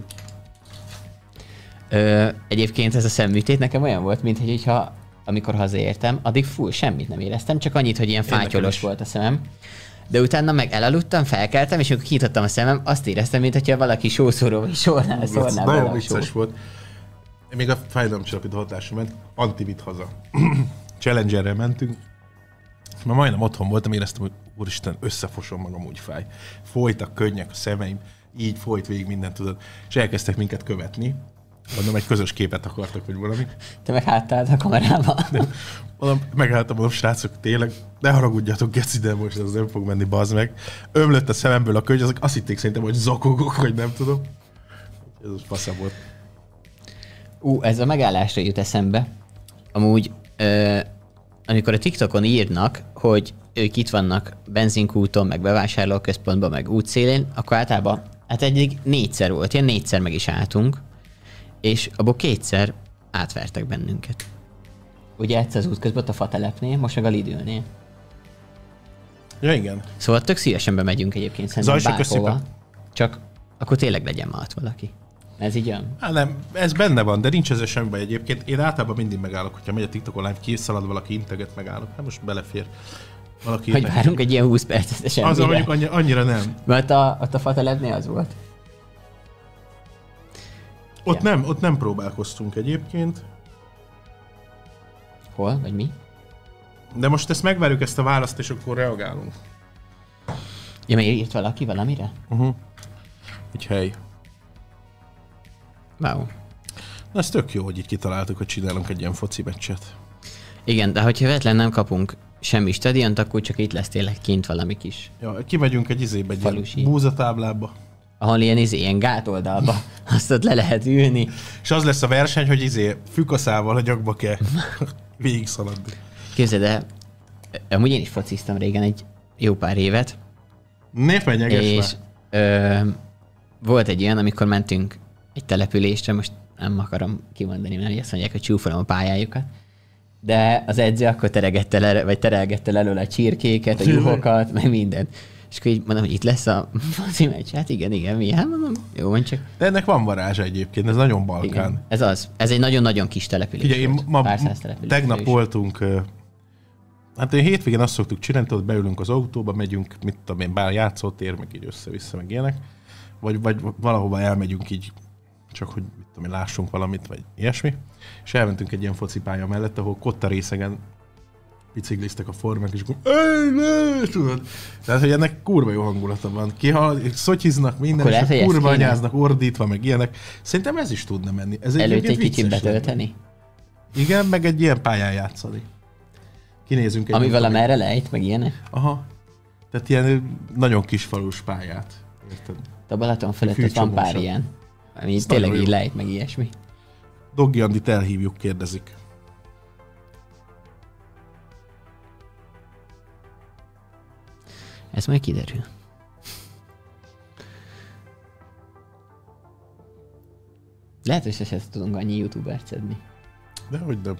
Egyébként ez a szemműtét nekem olyan volt, mintha amikor hazaértem, addig full semmit nem éreztem, csak annyit, hogy ilyen fátyolos volt a szemem. De utána meg elaludtam, felkeltem, és amikor kinyitottam a szemem, azt éreztem, mintha valaki sószóróval szórná nagyon vicces volt. Még a fájdalomcsillapító hatásra ment, antivit haza. Challengerrel mentünk. Már majdnem otthon voltam, éreztem, hogy úristen, összefosom magam, úgy fáj. Folytak könnyek a szemeim, így folyt végig mindent, tudod. És elkezdtek minket követni. Mondom, egy közös képet akartak, vagy valami. Te meg háttállt a kamerába. Megálltam, srácok, tényleg, ne haragudjatok, geci, de most ez nem fog menni, bazd meg. Ömlött a szememből a könny, azok azt hitték szerintem, hogy zokogok, vagy nem tudom. Ez az fasza volt. Ez a megállásra jut eszembe. Amúgy, amikor a TikTokon írnak, hogy ők itt vannak benzinkúton, meg bevásárlóközpontban, meg útszélén, akkor általában, hát eddig 4-szer volt, ilyen 4-szer meg is álltunk, és abból 2-szer átvertek bennünket. Ugye egyszer az útközben a Fatelepnél, most meg a Lidlnél. Ja, igen. Szóval tök szívesen bemegyünk egyébként szerintem bárhova. Csak akkor tényleg legyen ma ott valaki. Ez így jön? Hát nem, ez benne van, de nincs ezzel semmi baj egyébként. Én általában mindig megállok, hogyha megy a TikTokon live, kiszalad valaki, integet, megállok. Hát most belefér. Valaki hogy várunk egy ilyen 20 percet semmire. Az mondjuk annyira nem. Mert ott a Fatelepnél az volt. Ott nem próbálkoztunk egyébként. Hol? Vagy mi? De most ezt megvárjuk, ezt a választ, és akkor reagálunk. Ja, mert írt valaki valamire? Egy hely. Wow. Na ez tök jó, hogy így kitaláltuk, hogy csinálunk egy ilyen foci meccset. Igen, de hogyha véletlen nem kapunk semmi stadiont, akkor csak itt lesz tényleg kint valami kis. Ja, kimegyünk egy ilyen búzatáblába. Ahol ilyen gátoldalba, azt ott le lehet ülni. És az lesz a verseny, hogy fükaszával a nyakba kell végig szaladni. Képzeld el, amúgy én is fociztam régen egy jó pár évet. Ne fenyeges és volt egy ilyen, amikor mentünk egy településre, most nem akarom kimondani, mert azt mondják, hogy csúfolom a pályájukat. De az edző akkor terelgette le előle a csirkéket, a juhokat, meg mindent. És akkor így mondom, hogy itt lesz a foci meccs. Hát igen, mi? Hát mondom, jó van csak. De ennek van varázsa egyébként, ez nagyon Balkán. Igen, ez az. Ez egy nagyon-nagyon kis település. Ugye én tegnap voltunk, hát én hétvégén azt szoktuk csinálni, hogy beülünk az autóba, megyünk, mit tudom én, bár játszótér, meg így össze-vissza, meg ilyenek. Vagy valahova elmegyünk így, csak hogy mit tudom én, lássunk valamit, vagy ilyesmi. És elmentünk egy ilyen focipálya mellett, ahol kotta részegen bicikliztek a formák, és akkor tudod. Tehát, hogy ennek kurva jó hangulata van. Szotyiznak minden, és a kurva anyáznak ordítva, meg ilyenek. Szerintem ez is tudna menni. Ez előtt egy kicsit betölteni? Igen, meg egy ilyen pályán játszani. Kinézünk egy... Amivel amerre lejt, meg ilyenek? Aha. Tehát ilyen nagyon kis falus pályát. Érted? A Balaton fölött ott van pár ilyen. Ami tényleg így lejt, meg ilyesmi. Doggi Andit elhívjuk, kérdezik. Ez majd kiderül. Lehet, hogy se tudunk annyi youtubert szedni. Dehogy nem.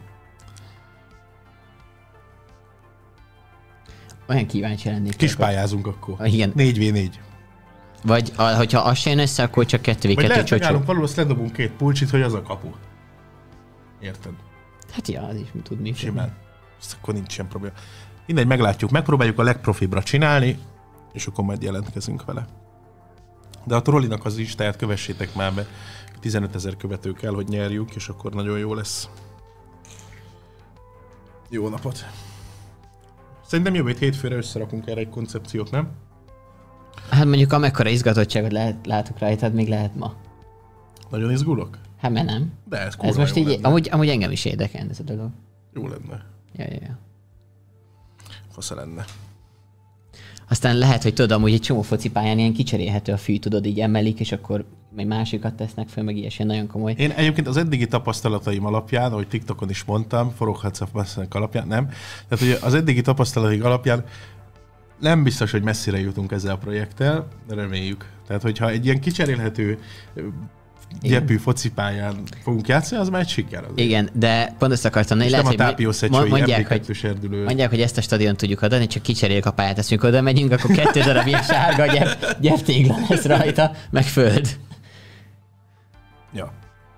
Olyan kíváncsi lennék. Kispályázunk akkor. Igen. 4v4. Vagy hogyha az se jön össze, akkor csak 2v2 csocsó. Vagy lehet megállunk valahol, azt ledobunk 2 pulcsit, hogy az a kapu. Érted? Hát ja, az is tud működni. Simán. Azt akkor nincs sem probléma. Mindegy, meglátjuk. Megpróbáljuk a legprofibra csinálni, és akkor majd jelentkezünk vele. De a trollinak az listáját kövessétek már be. 15 000 követő kell, hogy nyerjük, és akkor nagyon jó lesz. Jó napot! Szerintem jövő hétfőre összerakunk erre egy koncepciót, nem? Hát mondjuk amekkora izgatottságot látok rajtad, még lehet ma. Nagyon izgulok? Hát mert nem. De ez kurva ez most így, lenne. amúgy engem is érdekel ez a dolog. Jó lenne. Ja. Fasza lenne. Aztán lehet, hogy tudod, amúgy egy csomó focipályán ilyen kicserélhető a fű, tudod, így emelik, és akkor még másikat tesznek föl, meg ilyesén nagyon komoly. Én egyébként az eddigi tapasztalataim alapján, ahogy TikTokon is mondtam, foroghatsz a passzenek alapján, nem? Tehát, hogy az eddigi tapasztalataim alapján nem biztos, hogy messzire jutunk ezzel a projekttel, de reméljük. Tehát, hogyha egy ilyen kicserélhető gyepű focipályán fogunk játszani, az már egy siker. Azért. Igen, de pont ezt akartam. És lehet, nem a tápiószecsői mondják, hogy ezt a stadiont tudjuk adni, csak kicseréljük a pályát, ezt mikor oda megyünk, akkor 2 darab ilyen sárga gyeptégla lesz rajta, meg föld. Ja.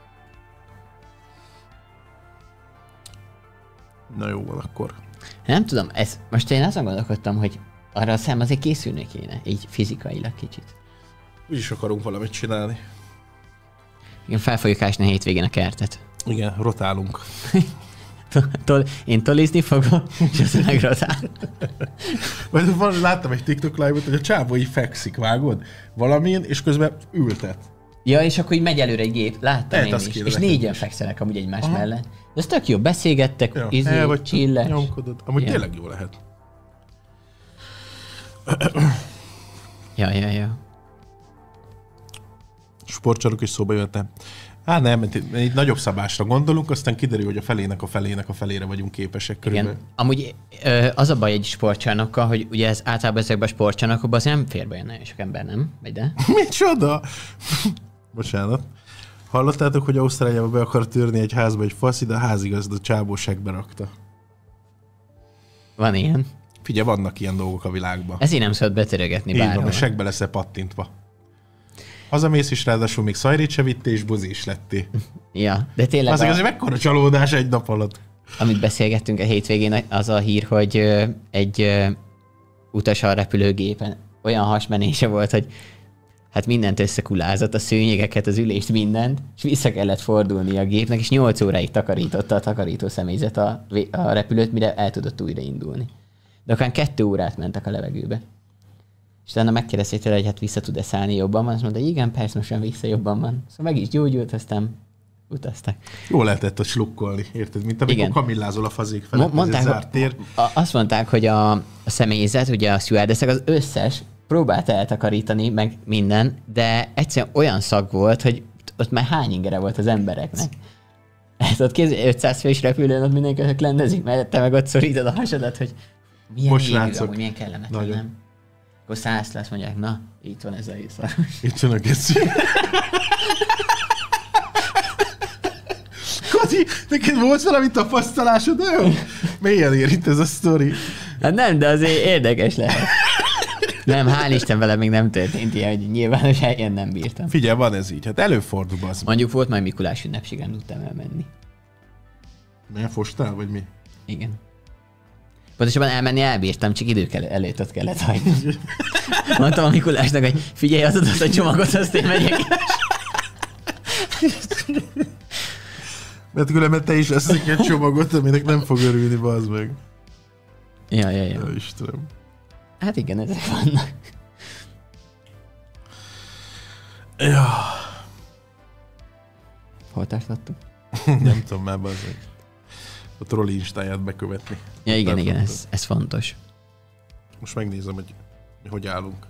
Na jó van akkor. Nem tudom, most én azon gondolkodtam, hogy arra a szám azért készülni kéne, így fizikailag kicsit. Úgyis akarunk valamit csinálni. Igen, fel fogjuk ásni a hétvégén a kertet. Igen, rotálunk. Én tolizni fogom, és azt megrotál. Majd láttam egy TikTok live-ot, hogy a csávó így fekszik, vágod? Valamin, és közben ültet. Ja, és akkor így megy előre egy gép. Láttam én is. És 4-en fekszenek amúgy egymás mellett. De ez tök jó, beszélgettek, chilles. Nyomkodod. Amúgy tényleg jó lehet. Ja. Sportcsarnok is szóba jöttem. Nem, egy nagyobb szabásra gondolunk, aztán kiderül, hogy a felére vagyunk képesek körülbelül. Igen. Amúgy az a baj egy sportcsarnokkal, hogy ugye ez általában ezekben a sportcsarnokokban azért nem fér be nagyon sok ember, nem? Vagy de? Micsoda? Bocsánat. Hallottátok, hogy Ausztráliába be akar törni egy házba egy faszi, de a házigazda csábó segbe rakta. Van ilyen. Figyelj, vannak ilyen dolgok a világban. Ezért nem szabad betörögetni bárhol. Így van, a segbe lesz pattintva. Hazamész is, ráadásul még szajrét se vittél, és buzi is lettél. Ja, de tényleg... Azért mekkora csalódás egy nap alatt. Amit beszélgettünk a hétvégén, az a hír, hogy egy utas a repülőgépen olyan hasmenése volt, hogy hát mindent összekulázott, a szőnyegeket, az ülést, mindent, és vissza kellett fordulni a gépnek, és 8 óráig takarította a takarító személyzet a repülőt, mire el tudott újra indulni. De akár 2 órát mentek a levegőbe. És utána megkérdezték tőle, hogy hát vissza tud-e szállni, jobban van. Azt mondta, igen, persze, most vissza jobban van. Szóval meg is gyógyult, aztán utaztak. Jól lehetett ott slukkolni, érted? Mint amikor kamillázol a fazék felett, mondták, zárt tér. Azt mondták, hogy a személyzet, ugye a stewardessek, az összes próbált eltakarítani, meg minden, de egyszerűen olyan szag volt, hogy ott már hány ingere volt az embereknek. Hát ott 500 fős repülőn ott mindenki lendezik, mert te meg ott szorítod a hasadat, hogy milyen égő, amúgy milyen kellemetlen, nem? Akkor 100 lesz, mondják, na, itt van ez a szaros. Itt van a geci. Kati, neked volt valami tapasztalásod, olyan? Mélyen érint ez a sztori? Hát nem, de azért érdekes lehet. Nem, hál' Isten vele még nem történt ilyen, hogy nyilvános helyen nem bírtam. Figyelj, van ez így, hát előfordul az. Mondjuk volt majd Mikulás ünnepségen, tudtam elmenni. Miért fostál, vagy mi? Igen. Pontosabban elmenni elbírtam, csak előtt ott kellett hagyni. Mondtam a Mikulásnak, hogy figyelj, az adott a csomagot, azt én megyek. Mert különben te is veszik egy csomagot, aminek nem fog örülni, bazd meg. Ja. Ja, Istenem. Hát igen, ezek vannak. Ja. Hol tartottuk? Nem tudom már, bazd meg. A trolli instáját bekövetni. Ja, igen, ez fontos. Most megnézem, hogy állunk.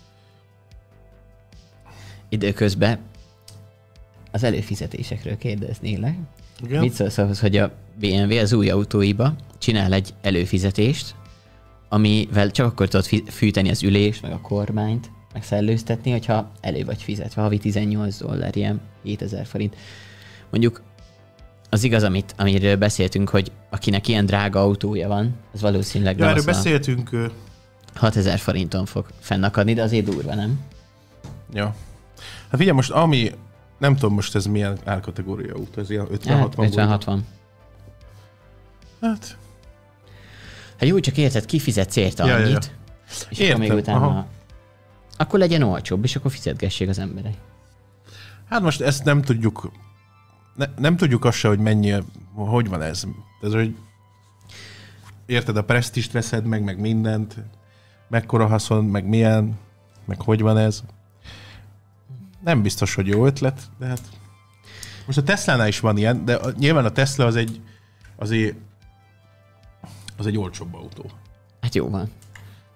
Időközben az előfizetésekről kérdeznélek. Igen? Mit szólsz ahhoz, hogy a BMW az új autóiba csinál egy előfizetést, amivel csak akkor tudod fűteni az ülést, meg a kormányt, meg szellőztetni, hogyha elő vagy fizetve, havi $18, ilyen 7000 forint. Mondjuk az igaz, amiről beszéltünk, hogy akinek ilyen drága autója van, az valószínűleg erről beszéltünk. 6000 forinton fog fennakadni, de azért durva, nem? Ja. Hát figyelj, most nem tudom most ez milyen árkategória autó, ez ilyen 50-60 Hát jó, csak érted, kifizetsz érte annyit, ja. És akkor még utána akkor legyen olcsóbb, és akkor fizetgessék az emberek. Hát most ezt nem tudjuk, nem tudjuk azt se, hogy mennyi, hogy van ez. Ez, hogy érted, a presztist veszed meg mindent, mekkora haszon, meg milyen, meg hogy van ez. Nem biztos, hogy jó ötlet, de hát most a Teslánál is van ilyen, de nyilván a Tesla az egy olcsóbb autó. Hát jó van.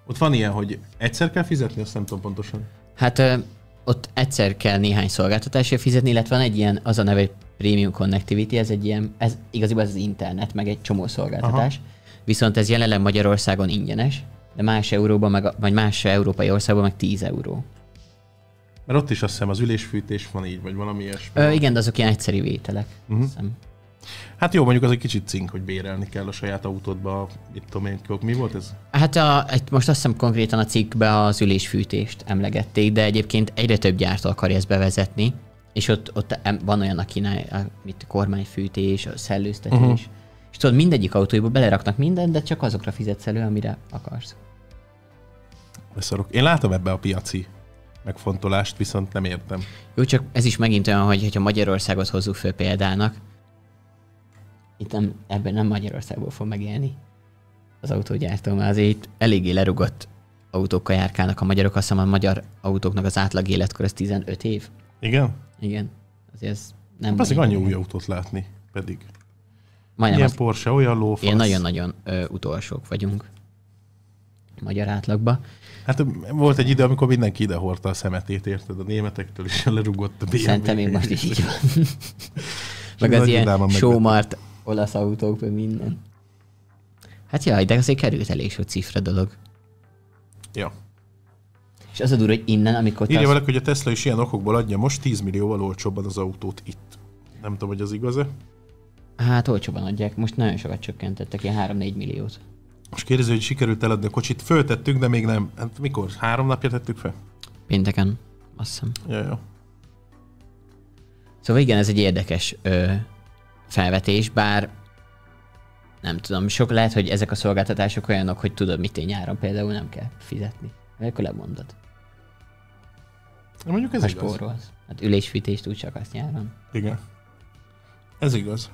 Ott van ilyen, hogy egyszer kell fizetni, azt nem tudom pontosan. Hát ott egyszer kell néhány szolgáltatásért fizetni, illetve van egy ilyen, az a neve, hogy Premium Connectivity, ez egy ilyen, ez igaziból az internet, meg egy csomó szolgáltatás. Aha. Viszont ez jelenleg Magyarországon ingyenes, de más euróban, vagy más európai országban meg 10 euró. Mert ott is azt hiszem az ülésfűtés van így, vagy valami ilyesmi. Igen, de azok ilyen egyszerű vételek. Hát jó, mondjuk az egy kicsit cink, hogy bérelni kell a saját autódba, mit tudom én, mi volt ez? Hát most azt hiszem konkrétan a cikkbe az ülésfűtést emlegették, de egyébként egyre több gyártó akarja ezt bevezetni, és ott van olyan, akinek mint kormányfűtés, a szellőztetés, és tudod, mindegyik autóiba beleraknak mindent, de csak azokra fizetsz elő, amire akarsz. Beszarok. Én látom ebbe a piaci megfontolást, viszont nem értem. Jó, csak ez is megint olyan, hogyha Magyarországot hozzuk föl példának, itt ebben nem Magyarországból fog megélni az autógyártó, mert azért itt eléggé lerugott autókkal járkálnak a magyarok. Azt hiszem, a magyar autóknak az átlag életkor az 15 év. Igen? Igen. Azért ez nem... Azért annyi új autót látni, pedig. Majdnem ilyen Porsche, olyan lófasz. Ilyen nagyon-nagyon utolsók vagyunk magyar átlagba. Hát volt egy ide, amikor mindenki ide hordta a szemetét, érted? A németektől is lerugott a BMW. Szerintem még most is így van. Meg az ilyen showmart olasz autókból minden. Hát jaj, de azért került elég sok cifra dolog. Ja. És az a durva, hogy innen, amikor... Írja valaki, hogy a Tesla is ilyen okokból adja most 10 millióval olcsóbban az autót itt. Nem tudom, hogy az igaz-e? Hát olcsóban adják. Most nagyon sokat csökkentettek, ilyen 3-4 milliót. Most kérdezi, hogy sikerült eladni a kocsit. Föltettük, de még nem. Hát mikor? 3 napja tettük fel? Pénteken, azt hiszem. Ja. Szóval igen, ez egy érdekes felvetés, bár nem tudom, sok lehet, hogy ezek a szolgáltatások olyanok, hogy tudod, mit én nyáron például nem kell fizetni. Vagy akkor lemondod. Mondjuk ez igaz. Spórolsz. Hát ülésfűtést úgy csak azt nyáron. Igen. Ez igaz.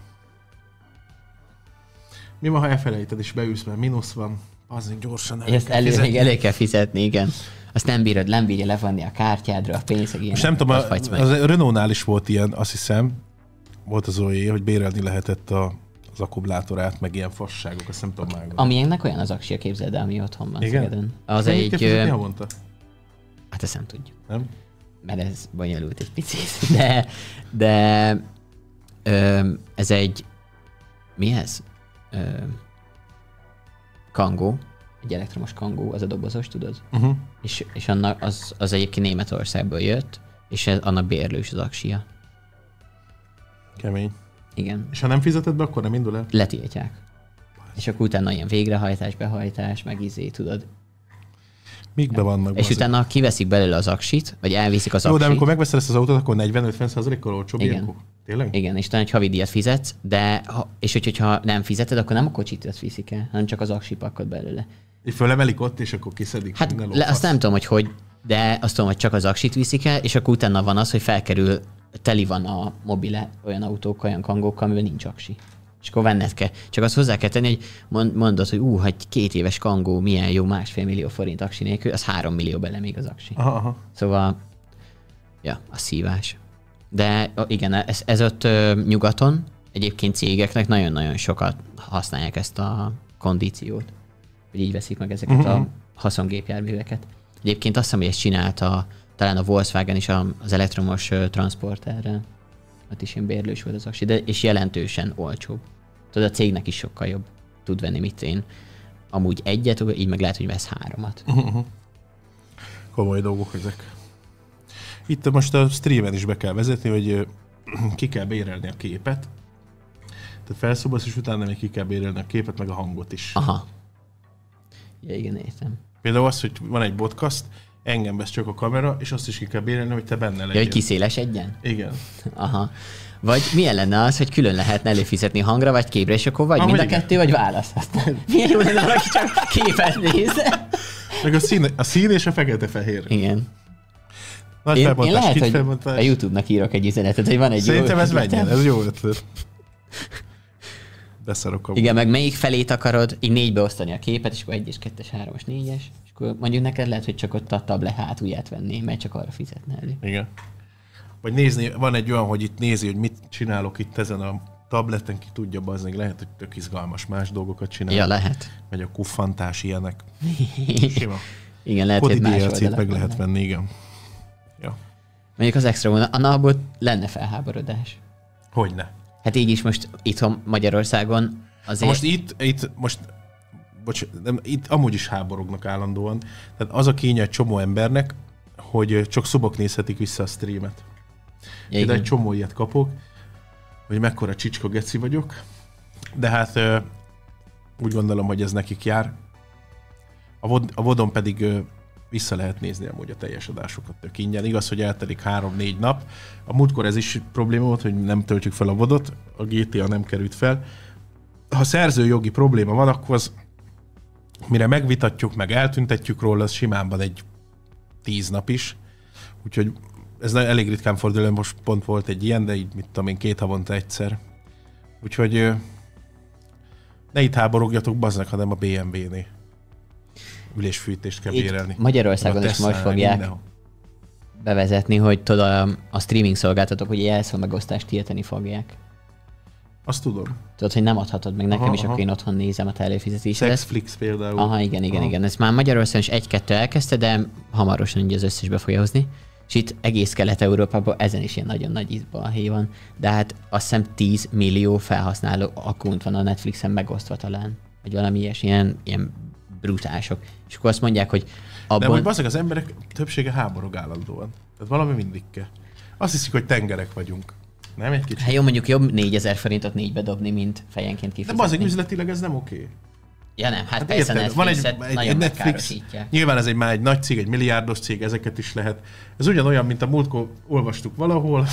Mi van, ha elfelejted és beülsz, mert mínusz van? Azért gyorsan még elő kell fizetni, igen. Azt nem bírja levonni a kártyádra, a pénzek ilyen. Most nem tudom, a Renault-nál is volt ilyen, azt hiszem, volt az olyan, hogy bérelni lehetett az akkumulátorát, meg ilyen fasságok, azt nem tudom már. Amilyennek olyan az aksia, képzeld el, ami otthon van Szegeden. Az egy... havonta? Hát ezt nem tudjuk. Nem? Mert ez bonyolult egy picit. De ez egy... Mi ez? Kangó. Egy elektromos Kangó, az a dobozos, tudod? És annak az egyébként Németországból jött, és annak bérlős az aksia. Kemény. Igen. És ha nem fizeted be, akkor nem indul el? Letiltják. És akkor utána ilyen végrehajtás, meg tudod. Mikbe vannak? És utána kiveszik belőle az aksit, vagy elviszik az aksit. Jó, de amikor megveszed ezt az autót, akkor 40-50%-kal olcsóbb. Igen. Tényleg? Igen, és talán egy havidíjat fizetsz, de hogyha nem fizeted, akkor nem a kocsit viszik el, hanem csak az aksipakkot belőle. És fölemelik ott, és akkor kiszedik. Hát azt nem tudom, hogy de azt tudom, hogy csak az aksit viszik el, és akkor utána van az, hogy felkerül, teli van a mobile olyan autókkal, olyan Kangókkal, amiben nincs aksi. És akkor venned kell. Csak azt hozzá kell tenni, hogy mondod, hogy hogy 2 éves Kangó milyen jó, 1,5 millió forint aksi nélkül, az 3 millió bele még az aksi. Aha. Szóval, ja, a szívás. De igen, ez ott nyugaton, egyébként cégeknek nagyon-nagyon sokat használják ezt a kondíciót, hogy így veszik meg ezeket a haszongépjárműveket. Egyébként azt hiszem, hogy ezt csinálta talán a Volkswagen is az elektromos transporterrel. Ott is ilyen bérlős volt az aksi, de és jelentősen olcsóbb. Tudod, a cégnek is sokkal jobb tud venni, mit én. Amúgy egyet, így meg lehet, hogy vesz 3-at. Komoly dolgok ezek. Itt most a streamen is be kell vezetni, hogy ki kell bérelni a képet. Tehát felszobasz, és utána még ki kell bérelni a képet, meg a hangot is. Aha. Ja, igen, értem. Például az, hogy van egy podcast, engem vesz csak a kamera, és azt is ki kell bérelni, hogy te benne legyél. Ja, hogy kiszélesedjen? Igen. Aha. Vagy milyen lenne az, hogy külön lehetne előfizetni hangra, vagy képre, és akkor vagy mind a kettő, vagy választhatnál. Milyen jó lenne, valaki csak képet nézze. Meg a szín és a fekete-fehér. Igen. Nagy én lehet, hogy a YouTube-nak írok egy üzenetet, hogy van egy Szerintem ez menjen, ez jó ötlet. Beszarok igen, meg melyik felét akarod, így 4-be osztani a képet, és akkor 1-es, 2-es, 3-as, 4-es, és akkor mondjuk neked lehet, hogy csak ott a tablet hátulját venné, mert csak arra fizetne elő. Igen. Vagy nézni, van egy olyan, hogy itt nézi, hogy mit csinálok itt ezen a tableten ki tudja, bazdmeg, lehet, hogy tök izgalmas más dolgokat csinálni. Ja, lehet. Vagy a kuffantás ilyenek. Sima. Igen, lehet, hogy más DLC-t meg lehet venni, igen. Ja. Mondjuk az extra vonalból lenne felháborodás. Hogyne. Hát így is most itthon Magyarországon azért... Most itt amúgy is háborognak állandóan. Tehát az a kénye egy csomó embernek, hogy csak szobok nézhetik vissza a streamet. Ja, Én egy csomó ilyet kapok, hogy mekkora csicska geci vagyok, de hát úgy gondolom, hogy ez nekik jár. A vodon pedig vissza lehet nézni amúgy a teljes adásokat tök ingyen. Igaz, hogy eltelik 3-4 nap. A múltkor ez is probléma volt, hogy nem töltjük fel a vodot, a GTA nem került fel. Ha szerzőjogi probléma van, akkor az, mire megvitatjuk, meg eltüntetjük róla, az simán van egy 10 nap is. Úgyhogy ez elég ritkán fordul, most pont volt egy ilyen, de így mit tudom én, 2 havonta egyszer. Úgyhogy ne itt háborogjatok, bazdnak, hanem a BMW-nél. Ülésfűtést kell bérelni. Magyarországon is most fogják bevezetni, hogy tudod, a streaming szolgáltatók, hogy jelszó megosztást tiltani fogják. Azt tudom. Tudod, hogy nem adhatod meg nekem is, akkor én otthon nézem a előfizetésedet. Netflix például. Aha, igen. Ez már Magyarországon is 1-2 elkezdte, de hamarosan ugye az összesbe fogja hozni. És itt egész Kelet-Európában ezen is ilyen nagyon nagy balhé van. De hát azt hiszem 10 millió felhasználó account van a Netflixen megosztva talán. Vagy valami ilyen brutálisok. És akkor azt mondják, hogy abban... De hogy bazdmeg, az emberek többsége háborog állandóan. Tehát valami mindig kell. Azt hiszik, hogy tengerek vagyunk. Nem egy kicsit? Hát jó, mondjuk jobb 4000 forintot 4-be dobni, mint fejenként kifizetni. De bazdmeg, üzletileg ez nem oké. Ja nem, hát persze érted, Netflixet van egy nagyon Netflix, megkárosítják. nyilván ez már egy nagy cég, egy milliárdos cég, ezeket is lehet. Ez ugyanolyan, mint a múltkor olvastuk valahol,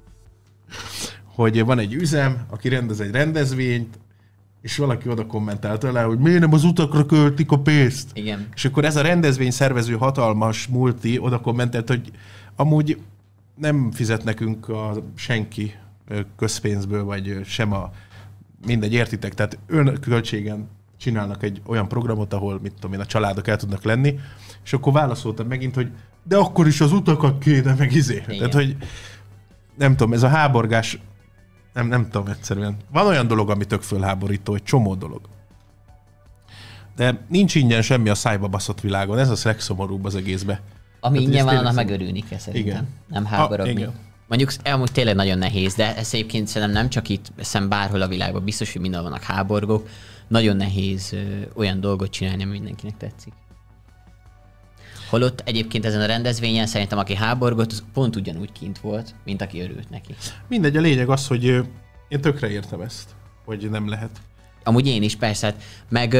hogy van egy üzem, aki rendez egy rendezvényt, és valaki oda kommentált alá, hogy miért nem az utakra költik a pénzt. Igen. És akkor ez a rendezvény szervező hatalmas multi oda kommentált, hogy amúgy nem fizet nekünk senki közpénzből, vagy sem mindegy, értitek, tehát önköltségen csinálnak egy olyan programot, ahol, mit tudom én, a családok el tudnak lenni, és akkor válaszoltam megint, hogy de akkor is az utakat kéne, meg izé. Tehát, hogy nem tudom, ez a háborgás, nem tudom egyszerűen. Van olyan dolog, ami tök fölháborító, egy csomó dolog. De nincs ingyen semmi a szájba baszott világon, ez a legszomorúbb az egészbe. Ami ingyen van, annak megörülni kell szerintem. Igen. Nem háborogni. Igen. Mondjuk amúgy tényleg nagyon nehéz, de ez egyébként szerintem nem csak itt, szerintem bárhol a világban, biztos, hogy minden vannak háborgók. Nagyon nehéz olyan dolgot csinálni, ami mindenkinek tetszik. Holott egyébként ezen a rendezvényen szerintem aki háborgott, az pont ugyanúgy kint volt, mint aki örült neki. Mindegy, a lényeg az, hogy én tökre értem ezt, hogy nem lehet. Amúgy én is, persze, hát meg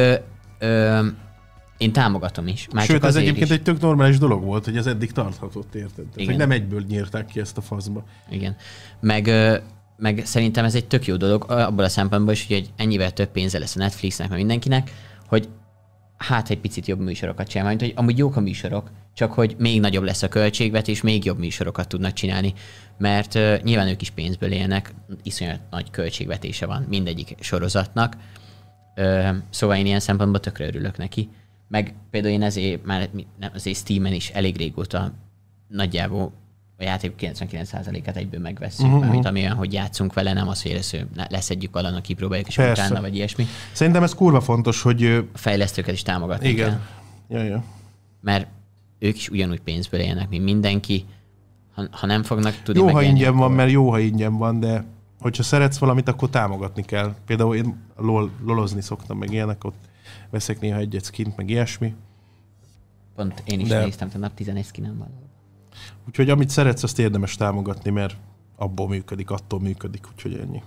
én támogatom is. Már sőt, csak ez egyébként is. egy tök normális dolog volt, hogy ez eddig tarthatott, érted? Tehát, hogy nem egyből nyírták ki ezt a faszba. Igen. Meg szerintem ez egy tök jó dolog, abból a szempontból is, hogy ennyivel több pénze lesz a Netflixnek, meg mindenkinek, hogy hát egy picit jobb műsorokat csinál, mint hogy amúgy jók a műsorok, csak hogy még nagyobb lesz a költségvetés, még jobb műsorokat tudnak csinálni, mert nyilván ők is pénzből élnek, iszonyat nagy költségvetése van mindegyik sorozatnak, szóval én ilyen szempontból tökre örülök neki. Meg például én azért Steamen is elég régóta nagyjából a játék 99%-át egyből megvesszük, mint ami olyan, hogy játszunk vele, nem az, hogy először leszedjük valahol, kipróbáljuk, és utána, vagy ilyesmi. Szerintem ez kurva fontos, hogy... A fejlesztőket is támogatni kell. Ja. Mert ők is ugyanúgy pénzből élnek, mint mindenki. Ha nem fognak tudni jó, megélni, ha ingyen akkor... van, mert jó, ha ingyen van, de hogyha szeretsz valamit, akkor támogatni kell. Például én lolozni szoktam, meg ilyenek, ott veszek néha egy skint, meg ilyesmi. Pont én is néztem, tegnap 11 skinem valahol. Úgyhogy amit szeretsz, azt érdemes támogatni, mert abból működik, attól működik, úgyhogy ennyi.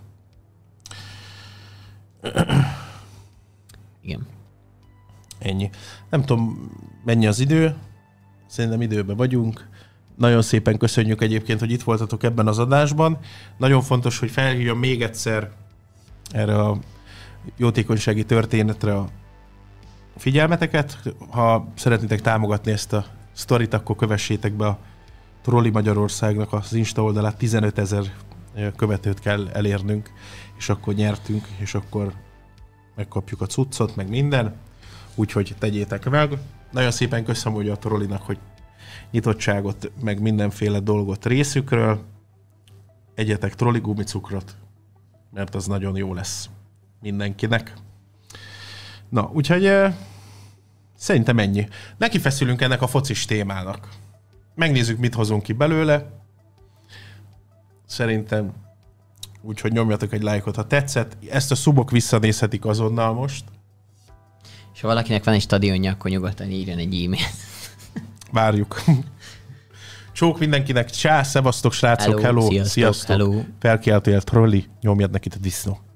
Igen. Ennyi. Nem tudom, mennyi az idő. Szerintem időben vagyunk. Nagyon szépen köszönjük egyébként, hogy itt voltatok ebben az adásban. Nagyon fontos, hogy felhívjam még egyszer erre a jótékonysági történetre a figyelmeteket. Ha szeretnétek támogatni ezt a sztorit, akkor kövessétek be a Trolli Magyarországnak az Insta oldalát, 15 000 követőt kell elérnünk, és akkor nyertünk, és akkor megkapjuk a cuccot, meg minden. Úgyhogy tegyétek meg. Nagyon szépen köszönöm hogy a Trollinak, hogy nyitottságot, meg mindenféle dolgot részükről. Egyetek trolli gumicukrot, mert az nagyon jó lesz mindenkinek. Na, úgyhogy szerintem ennyi. Neki feszülünk ennek a focis témának. Megnézzük, mit hozunk ki belőle. Szerintem úgyhogy nyomjatok egy lájkot, ha tetszett. Ezt a szubok visszanézhetik azonnal most. És ha valakinek van egy stadionja, akkor nyugodtan írjon egy e-mailt. Várjuk. Csók mindenkinek, csá, szevasztok srácok, hello, sziasztok. Felkiáltójel trolli, nyomjad neki a disznó.